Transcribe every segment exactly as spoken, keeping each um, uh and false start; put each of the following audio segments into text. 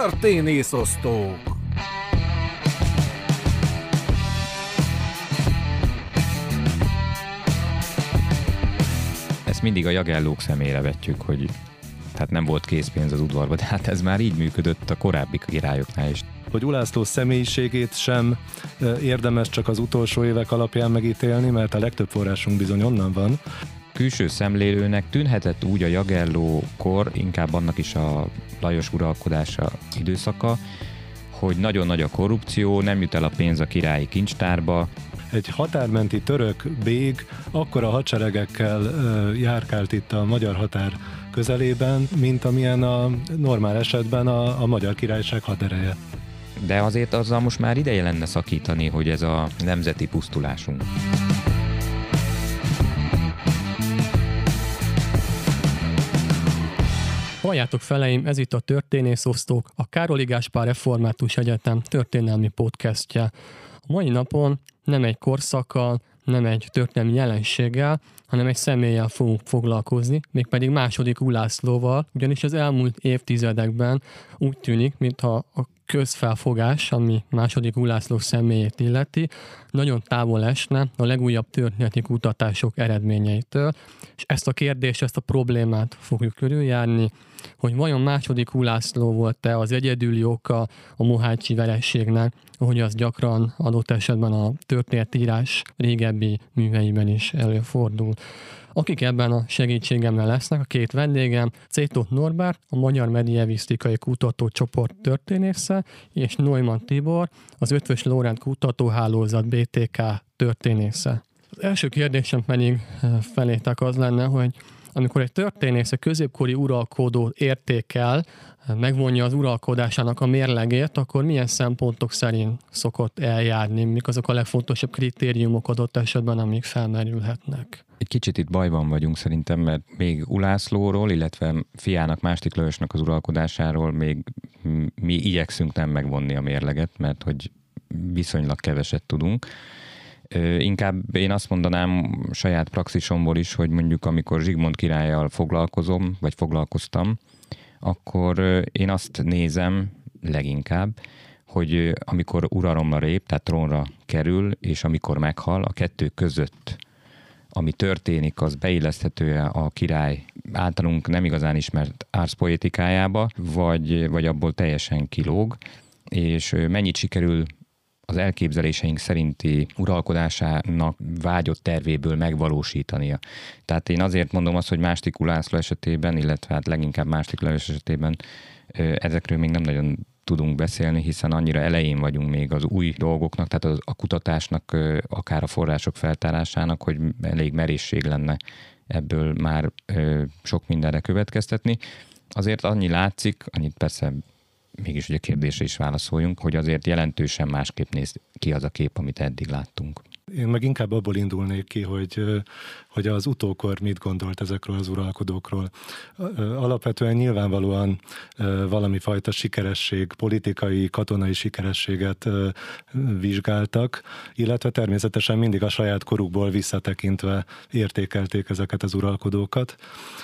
Történészosztók! Ezt mindig a jagellók szemére vetjük, hogy tehát nem volt készpénz az udvarban, de hát ez már így működött a korábbi királyoknál is. Hogy Ulászló személyiségét sem érdemes csak az utolsó évek alapján megítélni, mert a legtöbb forrásunk bizony onnan van. Külső szemlélőnek tűnhetett úgy a jagellókor, inkább annak is a Lajos uralkodása időszaka, hogy nagyon nagy a korrupció, nem jut el a pénz a királyi kincstárba. Egy határmenti török bég akkora hadseregekkel járkált itt a magyar határ közelében, mint amilyen a normál esetben a, a magyar királyság hadereje. De azért azzal most már ideje lenne szakítani, hogy ez a nemzeti pusztulásunk. Halljátok feleim, ez itt a Történészosztók, a Károli Gáspár Református Egyetem történelmi podcastje. A mai napon nem egy korszakkal, nem egy történelmi jelenséggel, hanem egy személlyel fogunk foglalkozni, mégpedig második Ulászlóval, ugyanis az elmúlt évtizedekben úgy tűnik, mintha a közfelfogás, ami második Ulászló személyét illeti, nagyon távol esne a legújabb történeti kutatások eredményeitől, és ezt a kérdést, ezt a problémát fogjuk körüljárni, hogy vajon második Ulászló volt-e az egyedüli oka a mohácsi vereségnek, ahogy az gyakran adott esetben a történetírás régebbi műveiben is előfordul. Akik ebben a segítségemmel lesznek, a két vendégem, Czétok Norbert, a Magyar Medievisztikai Kutatócsoport történésze, és Neumann Tibor, az Eötvös Loránd Kutatóhálózat bé té ká történésze. Az első kérdésem pedig felétek az lenne, hogy amikor egy történész a középkori uralkodót értékel, megvonja az uralkodásának a mérlegét, akkor milyen szempontok szerint szokott eljárni? Mik azok a legfontosabb kritériumok adott esetben, amik felmerülhetnek? Egy kicsit itt bajban vagyunk szerintem, mert még Ulászlóról, illetve fiának, második Lajosnak az uralkodásáról még mi igyekszünk nem megvonni a mérleget, mert hogy viszonylag keveset tudunk. Inkább én azt mondanám saját praxisomból is, hogy mondjuk amikor Zsigmond királlyal foglalkozom, vagy foglalkoztam, akkor én azt nézem leginkább, hogy amikor uralomra lép, tehát trónra kerül, és amikor meghal, a kettő között, ami történik, az beilleszthető a király általunk nem igazán ismert árszpoetikájába, vagy, vagy abból teljesen kilóg, és mennyit sikerül az elképzeléseink szerinti uralkodásának vágyott tervéből megvalósítania. Tehát én azért mondom azt, hogy második Ulászló esetében, illetve hát leginkább második Lajos esetében ezekről még nem nagyon tudunk beszélni, hiszen annyira elején vagyunk még az új dolgoknak, tehát a kutatásnak, akár a források feltárásának, hogy elég merészség lenne ebből már sok mindenre következtetni. Azért annyi látszik, annyit persze mégis ugye a kérdésre is válaszoljunk, hogy azért jelentősen másképp néz ki az a kép, amit eddig láttunk. Én meg inkább abból indulnék ki, hogy, hogy az utókor mit gondolt ezekről az uralkodókról. Alapvetően nyilvánvalóan valami fajta sikeresség, politikai, katonai sikerességet vizsgáltak, illetve természetesen mindig a saját korukból visszatekintve értékelték ezeket az uralkodókat.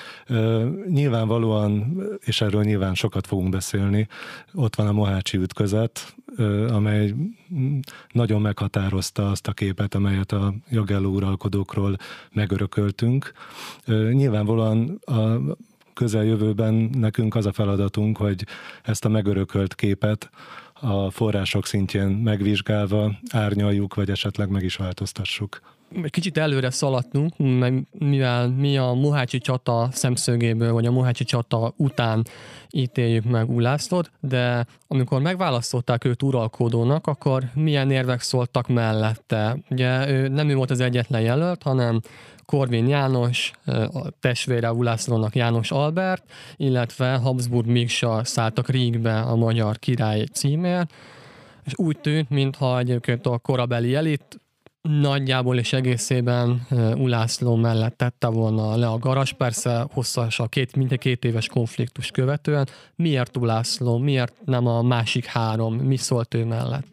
Uh, nyilvánvalóan, és erről nyilván sokat fogunk beszélni, ott van a mohácsi ütközet, uh, amely nagyon meghatározta azt a képet, amelyet a jagelló uralkodókról megörököltünk. Uh, nyilvánvalóan a közeljövőben nekünk az a feladatunk, hogy ezt a megörökölt képet a források szintjén megvizsgálva árnyaljuk, vagy esetleg meg is változtassuk. Egy kicsit előre szaladtunk, mivel mi a mohácsi csata szemszögéből, vagy a mohácsi csata után ítéljük meg Ulászlót, de amikor megválasztották őt uralkodónak, akkor milyen érvek szóltak mellette? Ugye ő, nem ő volt az egyetlen jelölt, hanem Korvin János, a testvére Ulászlónak János Albert, illetve Habsburg Miksa szálltak Rígbe a magyar király címért, és úgy tűnt, mintha egyébként a korabeli elit nagyjából és egészében Ulászló mellett tette volna le a garas, persze hosszas a két, mintegy két éves konfliktus követően. Miért Ulászló? Miért nem a másik három? Mi szólt ő mellette?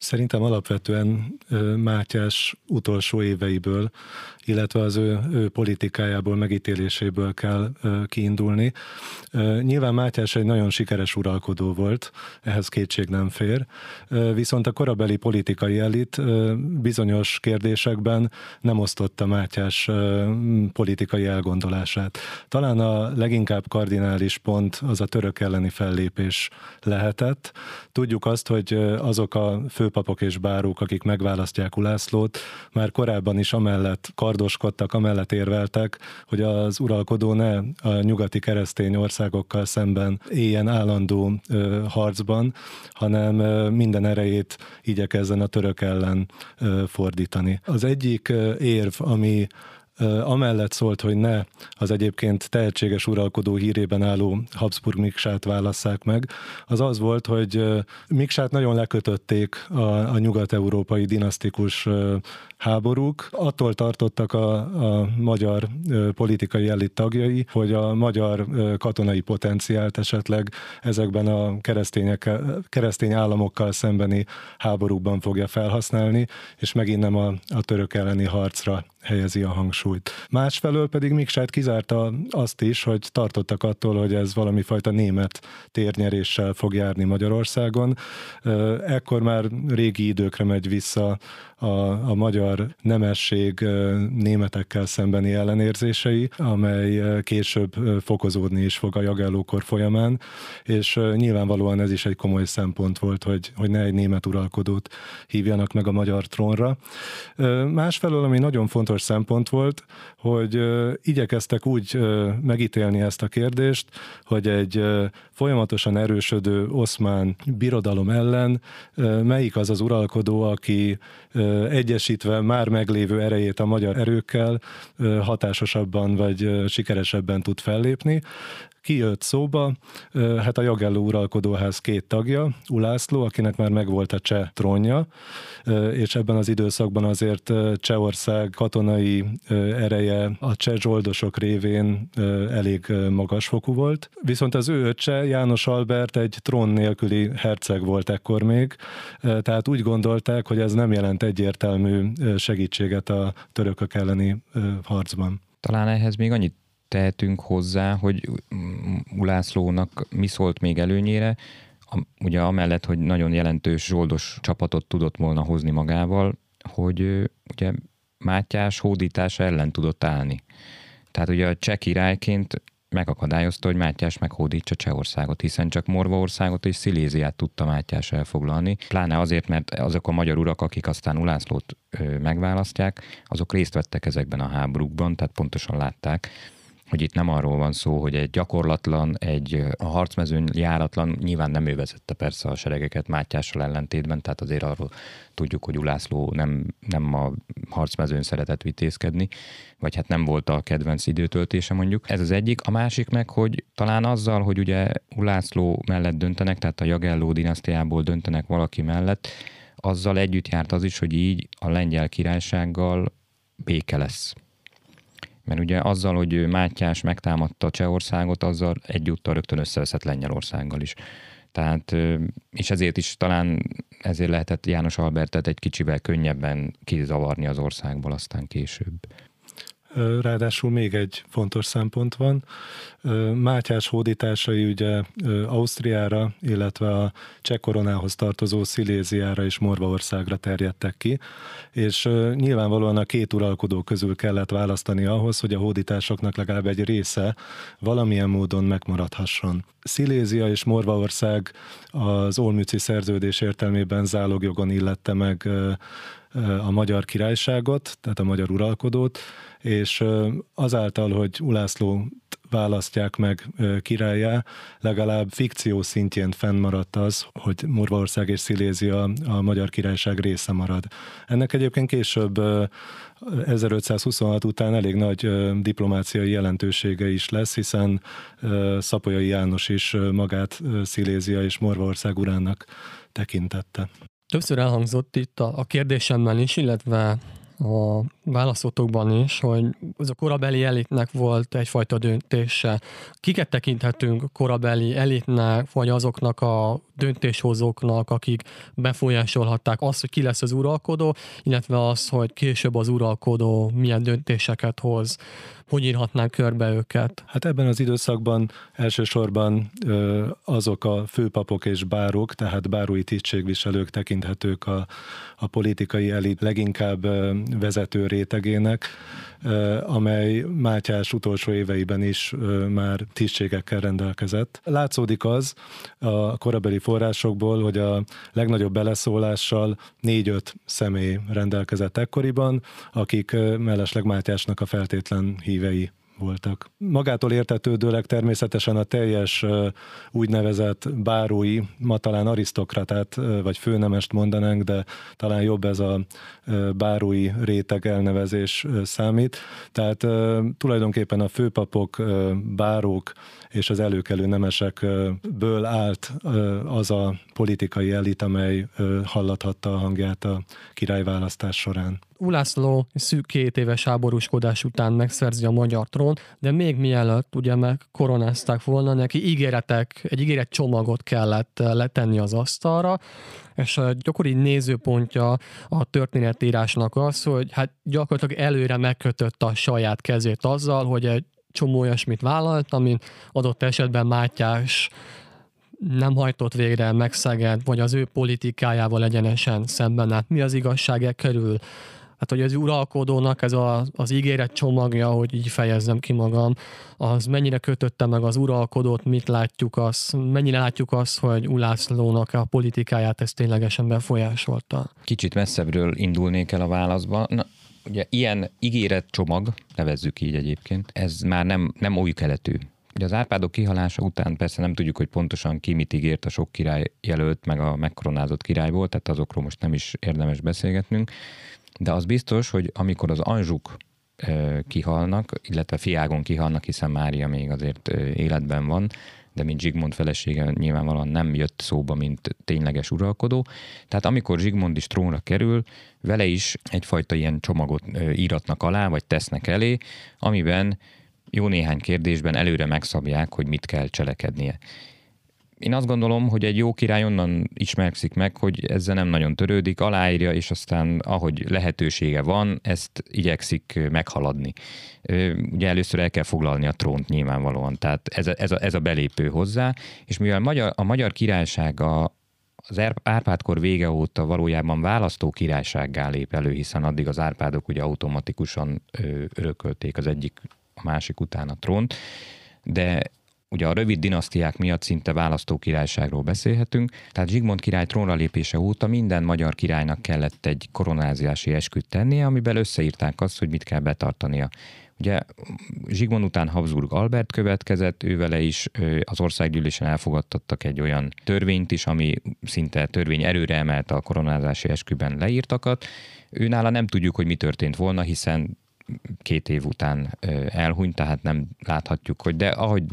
Szerintem alapvetően Mátyás utolsó éveiből, illetve az ő, ő politikájából, megítéléséből kell kiindulni. Nyilván Mátyás egy nagyon sikeres uralkodó volt, ehhez kétség nem fér, viszont a korabeli politikai elit bizonyos kérdésekben nem osztotta Mátyás politikai elgondolását. Talán a leginkább kardinális pont az a török elleni fellépés lehetett. Tudjuk azt, hogy azok a főpapok és bárók, akik megválasztják Ulászlót, már korábban is amellett kardoskodtak, amellett érveltek, hogy az uralkodó ne a nyugati keresztény országokkal szemben éljen állandó ö, harcban, hanem ö, minden erejét igyekezzen a török ellen ö, fordítani. Az egyik ö, érv, ami amellett szólt, hogy ne az egyébként tehetséges uralkodó hírében álló Habsburg Miksát válasszák meg, az az volt, hogy Miksát nagyon lekötötték a, a nyugat-európai dinasztikus háborúk. Attól tartottak a, a magyar politikai elit tagjai, hogy a magyar katonai potenciált esetleg ezekben a keresztények, keresztény államokkal szembeni háborúkban fogja felhasználni, és megint nem a, a török elleni harcra helyezi a hangsúlyt. Másfelől pedig Miksát kizárta azt is, hogy tartottak attól, hogy ez valami fajta német térnyeréssel fog járni Magyarországon. Ekkor már régi időkre megy vissza a, a magyar nemesség németekkel szembeni ellenérzései, amely később fokozódni is fog a Jagellókor folyamán, és nyilvánvalóan ez is egy komoly szempont volt, hogy, hogy ne egy német uralkodót hívjanak meg a magyar trónra. Másfelől, ami nagyon fontos szempont volt, hogy igyekeztek úgy megítélni ezt a kérdést, hogy egy folyamatosan erősödő oszmán birodalom ellen melyik az az uralkodó, aki egyesítve már meglévő erejét a magyar erőkkel hatásosabban vagy sikeresebben tud fellépni. Ki jött szóba? Hát a Jagelló uralkodóház két tagja, Ulászló, akinek már megvolt a cseh trónja, és ebben az időszakban azért Csehország katonai ereje a cseh zsoldosok révén elég magasfokú volt. Viszont az ő öccse, János Albert egy trón nélküli herceg volt ekkor még, tehát úgy gondolták, hogy ez nem jelent egyértelmű segítséget a törökök elleni harcban. Talán ehhez még annyit tehetünk hozzá, hogy Ulászlónak mi szólt még előnyére, ugye amellett, hogy nagyon jelentős zsoldos csapatot tudott volna hozni magával, hogy ugye Mátyás hódítása ellen tudott állni. Tehát ugye a cseh királyként megakadályozta, hogy Mátyás meghódítsa Csehországot, hiszen csak Morvaországot és Sziléziát tudta Mátyás elfoglalni. Pláne azért, mert azok a magyar urak, akik aztán Ulászlót megválasztják, azok részt vettek ezekben a háborúkban, tehát pontosan látták, hogy itt nem arról van szó, hogy egy gyakorlatlan, egy a harcmezőn járatlan, nyilván nem ő vezette persze a seregeket Mátyással ellentétben, tehát azért arról tudjuk, hogy Ulászló nem, nem a harcmezőn szeretett vitézkedni, vagy hát nem volt a kedvenc időtöltése mondjuk. Ez az egyik. A másik meg, hogy talán azzal, hogy ugye Ulászló mellett döntenek, tehát a Jagelló dinasztiából döntenek valaki mellett, azzal együtt járt az is, hogy így a lengyel királysággal béke lesz. Mert ugye azzal, hogy Mátyás megtámadta Csehországot, azzal egyúttal rögtön összeveszett Lengyelországgal is. Tehát, és ezért is talán ezért lehetett János Albertet egy kicsivel könnyebben kizavarni az országból aztán később. Ráadásul még egy fontos szempont van. Mátyás hódításai ugye Ausztriára, illetve a cseh koronához tartozó Sziléziára és Morvaországra terjedtek ki, és nyilvánvalóan a két uralkodó közül kellett választani ahhoz, hogy a hódításoknak legalább egy része valamilyen módon megmaradhasson. Szilézia és Morvaország az olmützi szerződés értelmében zálogjogon illette meg a magyar királyságot, tehát a magyar uralkodót, és azáltal, hogy Ulászlót választják meg királlyá, legalább fikció szintjén fennmaradt az, hogy Morvaország és Szilézia a magyar királyság része marad. Ennek egyébként később ezerötszázhuszonhat után elég nagy diplomáciai jelentősége is lesz, hiszen Szapolyai János is magát Szilézia és Morvaország urának tekintette. Többször elhangzott itt a, a kérdésemben is, illetve a válaszotokban is, hogy az a korabeli elitnek volt egyfajta döntése. Kiket tekinthetünk korabeli elitnek, vagy azoknak a döntéshozóknak, akik befolyásolhatták azt, hogy ki lesz az uralkodó, illetve az, hogy később az uralkodó milyen döntéseket hoz, hogy írhatnánk körbe őket. Hát ebben az időszakban elsősorban ö, azok a főpapok és bárók, tehát bárói tisztségviselők tekinthetők a, a politikai elit leginkább ö, vezető rétegének, ö, amely Mátyás utolsó éveiben is ö, már tisztségekkel rendelkezett. Látszódik az a korabeli forrásokból, hogy a legnagyobb beleszólással négy-öt személy rendelkezett ekkoriban, akik ö, mellesleg Mátyásnak a feltétlen hívei voltak. Magától értetődőleg természetesen a teljes úgynevezett bárói, ma talán arisztokratát vagy főnemest mondanánk, de talán jobb ez a bárói réteg elnevezés számít. Tehát tulajdonképpen a főpapok, bárók és az előkelő nemesekből állt az a politikai elit, amely hallathatta a hangját a királyválasztás során. Ulászló szűk két éves háborúskodás után megszerzi a magyar trón, de még mielőtt ugye meg koronázták volna, neki ígéretek, egy ígéret csomagot kellett letenni az asztalra, és a gyakori nézőpontja a történetírásnak az, hogy hát gyakorlatilag előre megkötötte a saját kezét azzal, hogy egy csomó olyasmit vállalt, amin adott esetben Mátyás nem hajtott végre, megszegett, vagy az ő politikájával egyenesen szemben állt. Mi az igazság e körül? Hát, hogy az uralkodónak ez a, az ígéret csomagja, hogy így fejezzem ki magam, az mennyire kötötte meg az uralkodót, mit látjuk azt, mennyire látjuk azt, hogy Ulászlónak a politikáját ez ténylegesen befolyásolta. Kicsit messzebbről indulnék el a válaszba. Na, ugye ilyen ígéret csomag, nevezzük így egyébként, ez már nem, nem új keletű. Ugye az Árpádok kihalása után persze nem tudjuk, hogy pontosan ki mit ígért a sok király jelölt, meg a megkoronázott királyból, tehát azokról most nem is érdemes beszélgetnünk. De az biztos, hogy amikor az Anjouk kihalnak, illetve fiágon kihalnak, hiszen Mária még azért életben van, de mint Zsigmond felesége nyilvánvalóan nem jött szóba, mint tényleges uralkodó. Tehát amikor Zsigmond is trónra kerül, vele is egyfajta ilyen csomagot íratnak alá, vagy tesznek elé, amiben jó néhány kérdésben előre megszabják, hogy mit kell cselekednie. Én azt gondolom, hogy egy jó király onnan ismerkszik meg, hogy ezzel nem nagyon törődik, aláírja, és aztán ahogy lehetősége van, ezt igyekszik meghaladni. Ugye először el kell foglalni a trónt nyilvánvalóan, tehát ez a, ez a, ez a belépő hozzá, és mivel a magyar, a magyar királyság a, az Árpád-kor vége óta valójában választó királysággá lép elő, hiszen addig az Árpádok ugye automatikusan örökölték az egyik a másik után a trónt, de ugye a rövid dinasztiák miatt szinte választó királyságról beszélhetünk, tehát Zsigmond király trónra lépése óta minden magyar királynak kellett egy koronázási esküt tennie, amiben összeírták azt, hogy mit kell betartania. Ugye Zsigmond után Habsburg Albert következett, ővele is az országgyűlésen elfogadtattak egy olyan törvényt is, ami szinte törvény erőre emelte a koronázási esküben leírtakat. Őnála nem tudjuk, hogy mi történt volna, hiszen két év után elhunyt, tehát nem láthatjuk, hogy de ahogy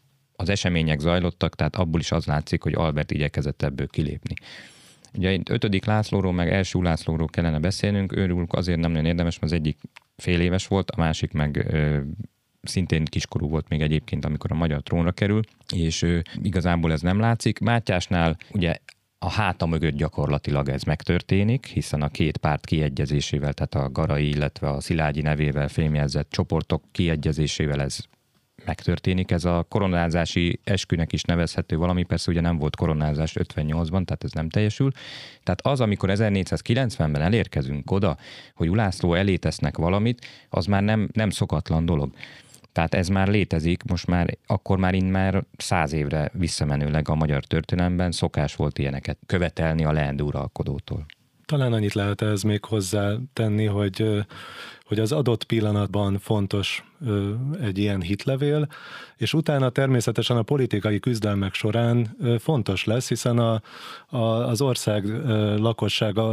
az események zajlottak, tehát abból is az látszik, hogy Albert igyekezett ebből kilépni. Ugye itt ötödik Lászlóról, meg első Lászlóról kellene beszélnünk, őről azért nem nagyon érdemes, mert az egyik fél éves volt, a másik meg ö, szintén kiskorú volt még egyébként, amikor a magyar trónra kerül, és ö, igazából ez nem látszik. Mátyásnál ugye a háta mögött gyakorlatilag ez megtörténik, hiszen a két párt kiegyezésével, tehát a Garai, illetve a Szilágyi nevével fémjelzett csoportok kiegyezésével ez megtörténik. Ez a koronázási eskünek is nevezhető valami, persze ugye nem volt koronázás ötvennyolcban, tehát ez nem teljesül. Tehát az, amikor ezernégyszázkilencvenben elérkezünk oda, hogy Ulászló elé tesznek valamit, az már nem, nem szokatlan dolog. Tehát ez már létezik, most már, akkor már immár száz évre visszamenőleg a magyar történelemben szokás volt ilyeneket követelni a leendő uralkodótól. Talán annyit lehet ez még hozzá tenni, hogy, hogy az adott pillanatban fontos egy ilyen hitlevél, és utána természetesen a politikai küzdelmek során fontos lesz, hiszen a, a, az ország lakossága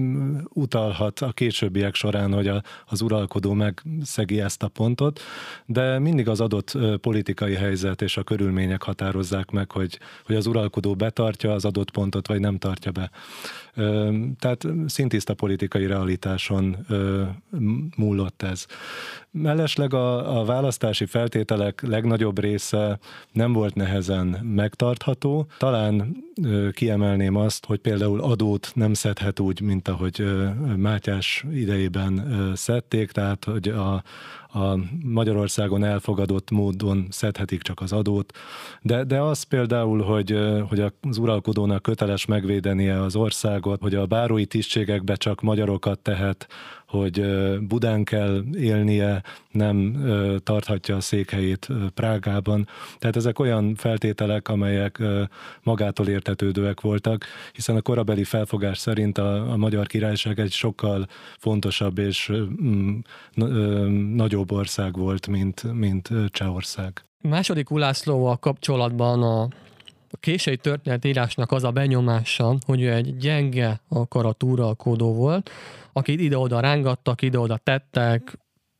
utalhat a későbbiek során, hogy a, az uralkodó megszegi ezt a pontot, de mindig az adott politikai helyzet és a körülmények határozzák meg, hogy, hogy az uralkodó betartja az adott pontot, vagy nem tartja be. Tehát szintiszta politikai realitáson múlott ez. Mellesleg a, a választási feltételek legnagyobb része nem volt nehezen megtartható. Talán ö, kiemelném azt, hogy például adót nem szedhet úgy, mint ahogy ö, Mátyás idejében ö, szedték, tehát hogy a, a Magyarországon elfogadott módon szedhetik csak az adót, de, de az például, hogy, hogy az uralkodónak köteles megvédenie az országot, hogy a bárói tisztségekbe csak magyarokat tehet, hogy Budán kell élnie, nem tarthatja a székhelyét Prágában. Tehát ezek olyan feltételek, amelyek magától értetődőek voltak, hiszen a korabeli felfogás szerint a, a Magyar Királyság egy sokkal fontosabb és mm, nagyobb ország volt, mint, mint Csehország. Második Ulászlóval kapcsolatban a A késői történetírásnak az a benyomása, hogy ő egy gyenge akaratú uralkodó volt, akit ide-oda rángattak, ide-oda tettek,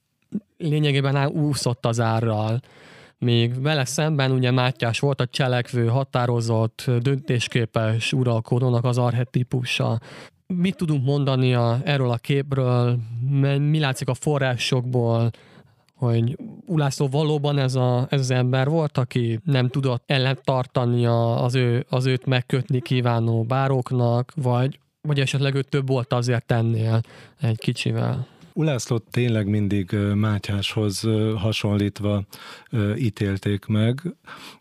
lényegében úszott az árral. Még vele szemben ugye Mátyás volt a cselekvő, határozott, döntésképes uralkodónak az archetípusa. Mit tudunk mondani a, erről a képről, mi látszik a forrásokból, hogy Ulászló valóban ez, a, ez az ember volt, aki nem tudott ellentartani az, ő, az őt megkötni kívánó báróknak, vagy, vagy esetleg ő több volt azért ennél egy kicsivel? Ulászlót tényleg mindig Mátyáshoz hasonlítva ítélték meg.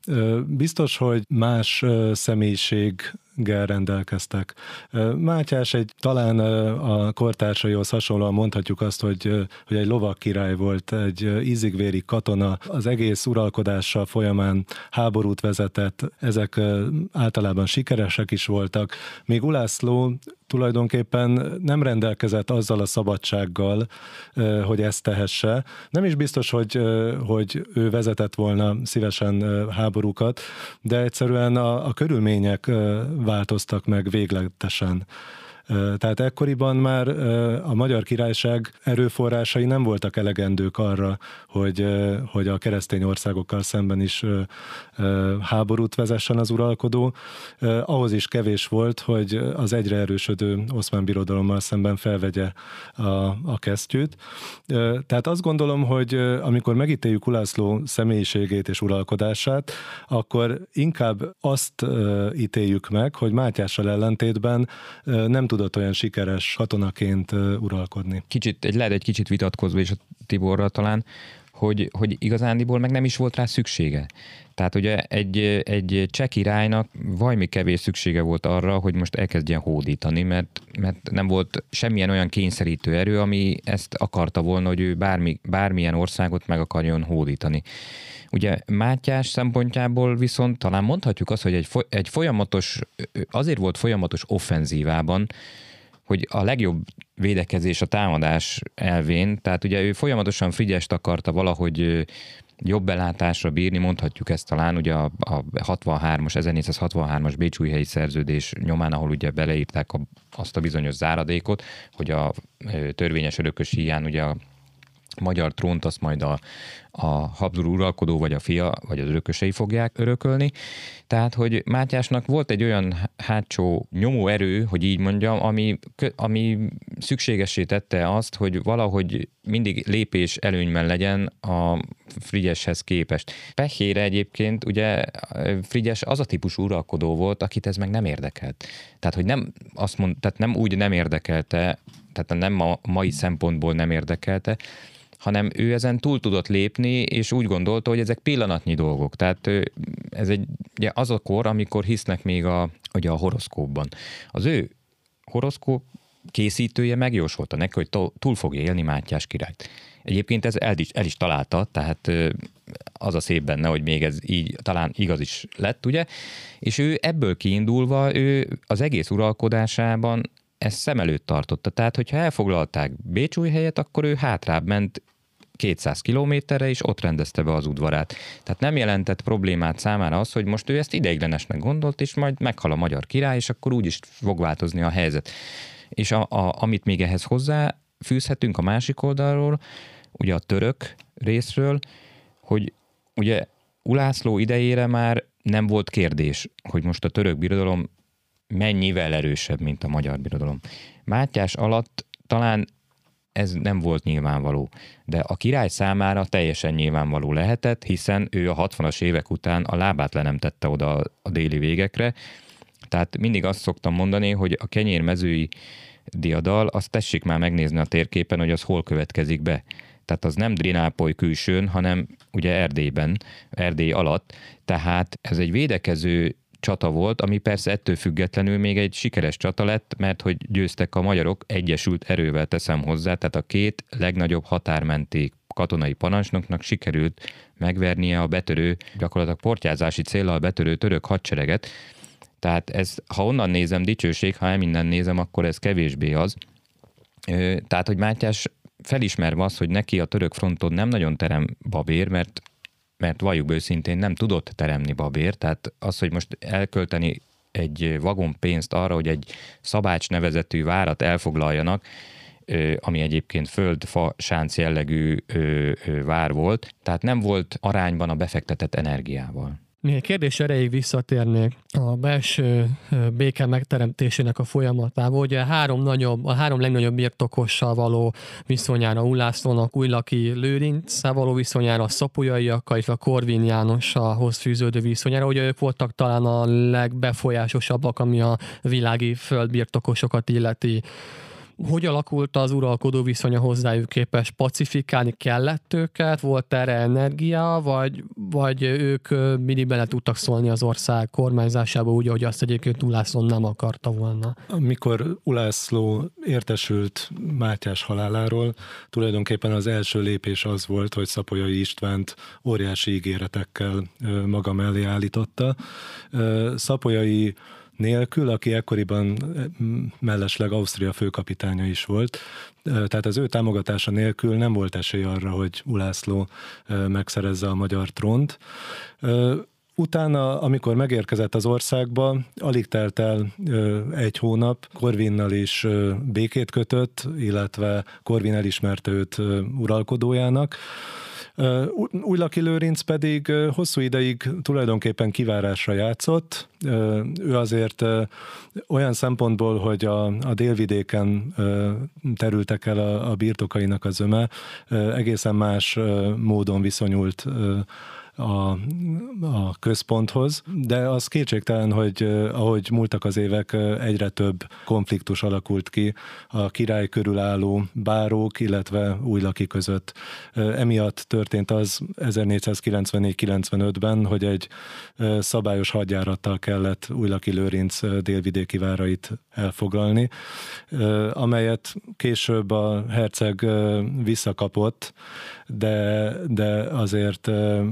Biztos, hogy más személyiséggel rendelkeztek. Mátyás egy talán a kortársaihoz hasonlóan mondhatjuk azt, hogy, hogy egy lovak király volt, egy ízigvéri katona, az egész uralkodása folyamán háborút vezetett, ezek általában sikeresek is voltak, míg Ulászló tulajdonképpen nem rendelkezett azzal a szabadsággal, hogy ezt tehesse. Nem is biztos, hogy, hogy ő vezetett volna szívesen háborúkat, de egyszerűen a, a körülmények változtak meg végletesen. Tehát ekkoriban már a Magyar Királyság erőforrásai nem voltak elegendők arra, hogy, hogy a keresztény országokkal szemben is háborút vezessen az uralkodó. Ahhoz is kevés volt, hogy az egyre erősödő Oszmán Birodalommal szemben felvegye a, a kesztyűt. Tehát azt gondolom, hogy amikor megítéljük Ulászló személyiségét és uralkodását, akkor inkább azt ítéljük meg, hogy Mátyással ellentétben nem tud tudott olyan sikeres katonaként uralkodni. Kicsit, egy, lehet egy kicsit vitatkozva is a Tiborral talán, hogy, hogy igazándiból meg nem is volt rá szüksége. Tehát ugye egy, egy cseh királynak valami kevés szüksége volt arra, hogy most elkezdjen hódítani, mert, mert nem volt semmilyen olyan kényszerítő erő, ami ezt akarta volna, hogy ő bármi, bármilyen országot meg akarjon hódítani. Ugye Mátyás szempontjából viszont talán mondhatjuk azt, hogy egy, egy folyamatos, azért volt folyamatos offenzívában, hogy a legjobb védekezés a támadás elvén, tehát ugye ő folyamatosan Frigyest akarta valahogy jobb belátásra bírni, mondhatjuk ezt talán ugye a, a hatvanhármas, ezernégyszázhatvanhármas bécsújhelyi szerződés nyomán, ahol ugye beleírták a, azt a bizonyos záradékot, hogy a törvényes örökös híján ugye a magyar trónt azt majd a, a Habsburg uralkodó vagy a fia, vagy az örökösei fogják örökölni. Tehát, hogy Mátyásnak volt egy olyan hátsó nyomó erő, hogy így mondjam, ami, ami szükségessé tette azt, hogy valahogy mindig lépés előnyben legyen a Frigyeshez képest. Pehére egyébként ugye Frigyes az a típusú uralkodó volt, akit ez meg nem érdekelt. Tehát, hogy nem azt mond, tehát nem úgy nem érdekelte, tehát nem a mai szempontból nem érdekelte, hanem ő ezen túl tudott lépni, és úgy gondolta, hogy ezek pillanatnyi dolgok. Tehát ez egy, ugye az a kor, amikor hisznek még a, ugye a horoszkópban. Az ő horoszkóp készítője megjósolta neki, hogy túl fogja élni Mátyás királyt. Egyébként ez el is, el is találta, tehát az a szép benne, hogy még ez így talán igaz is lett, ugye? És ő ebből kiindulva, ő az egész uralkodásában ezt szem előtt tartotta. Tehát, hogyha elfoglalták Bécsújhelyet, akkor ő hátrább ment kétszáz kilométerre, és ott rendezte be az udvarát. Tehát nem jelentett problémát számára az, hogy most ő ezt ideiglenesnek gondolt, és majd meghal a magyar király, és akkor úgyis fog változni a helyzet. És a, a, amit még ehhez hozzá fűzhetünk a másik oldalról, ugye a török részről, hogy ugye Ulászló idejére már nem volt kérdés, hogy most a török birodalom mennyivel erősebb, mint a magyar birodalom. Mátyás alatt talán ez nem volt nyilvánvaló. De a király számára teljesen nyilvánvaló lehetett, hiszen ő a hatvanas évek után a lábát le nem tette oda a déli végekre. Tehát mindig azt szoktam mondani, hogy a kenyérmezői diadal, azt tessék már megnézni a térképen, hogy az hol következik be. Tehát az nem Drinálpoly külsőn, hanem ugye Erdélyben, Erdély alatt. Tehát ez egy védekező csata volt, ami persze ettől függetlenül még egy sikeres csata lett, mert hogy győztek a magyarok egyesült erővel, teszem hozzá, tehát a két legnagyobb határmenti katonai parancsnoknak sikerült megvernie a betörő, gyakorlatilag portyázási céllal betörő török hadsereget. Tehát ez, ha onnan nézem, dicsőség, ha innen nézem, akkor ez kevésbé az. Tehát, hogy Mátyás felismerve az, hogy neki a török fronton nem nagyon terem babér, mert, mert valljuk be őszintén nem tudott teremni babér, tehát az, hogy most elkölteni egy vagon pénzt arra, hogy egy Szabács nevezetű várat elfoglaljanak, ami egyébként föld-fa sánc jellegű vár volt, tehát nem volt arányban a befektetett energiával. Még egy kérdés erejéig visszatérnék a belső béke megteremtésének a folyamatából. Ugye három nagyobb, a három legnagyobb birtokossal való viszonyára, Ulászlónak, Újlaki Lőrinccel való viszonyára, a szapolyaiakkal, illetve a Korvin Jánoshoz fűződő viszonyára. Ugye ők voltak talán a legbefolyásosabbak, ami a világi földbirtokosokat illeti. Hogy alakult az uralkodó viszonya hozzájuk képest? Pacifikálni kellett őket? Volt erre energia? Vagy, vagy ők mindig bele tudtak szólni az ország kormányzásába úgy, ahogy azt egyébként Ulászló nem akarta volna? Amikor Ulászló értesült Mátyás haláláról, tulajdonképpen az első lépés az volt, hogy Szapolyai Istvánt óriási ígéretekkel maga mellé állította. Szapolyai nélkül, aki ekkoriban mellesleg Ausztria főkapitánya is volt. Tehát az ő támogatása nélkül nem volt esély arra, hogy Ulászló megszerezze a magyar trónt. Utána, amikor megérkezett az országba, alig telt el egy hónap, Korvinnal is békét kötött, illetve Korvin elismerte őt uralkodójának. Újlaki Lőrinc pedig hosszú ideig tulajdonképpen kivárásra játszott. Ő azért olyan szempontból, hogy a, a délvidéken terültek el a, a birtokainak a zöme, egészen más módon viszonyult A, a központhoz, de az kétségtelen, hogy ahogy múltak az évek, egyre több konfliktus alakult ki a király körül álló bárók, illetve Újlaki között. Emiatt történt az ezernégyszázkilencvennégy kilencvenötben, hogy egy szabályos hadjárattal kellett Újlaki Lőrinc délvidéki várait elfoglalni, amelyet később a herceg visszakapott, de, de azért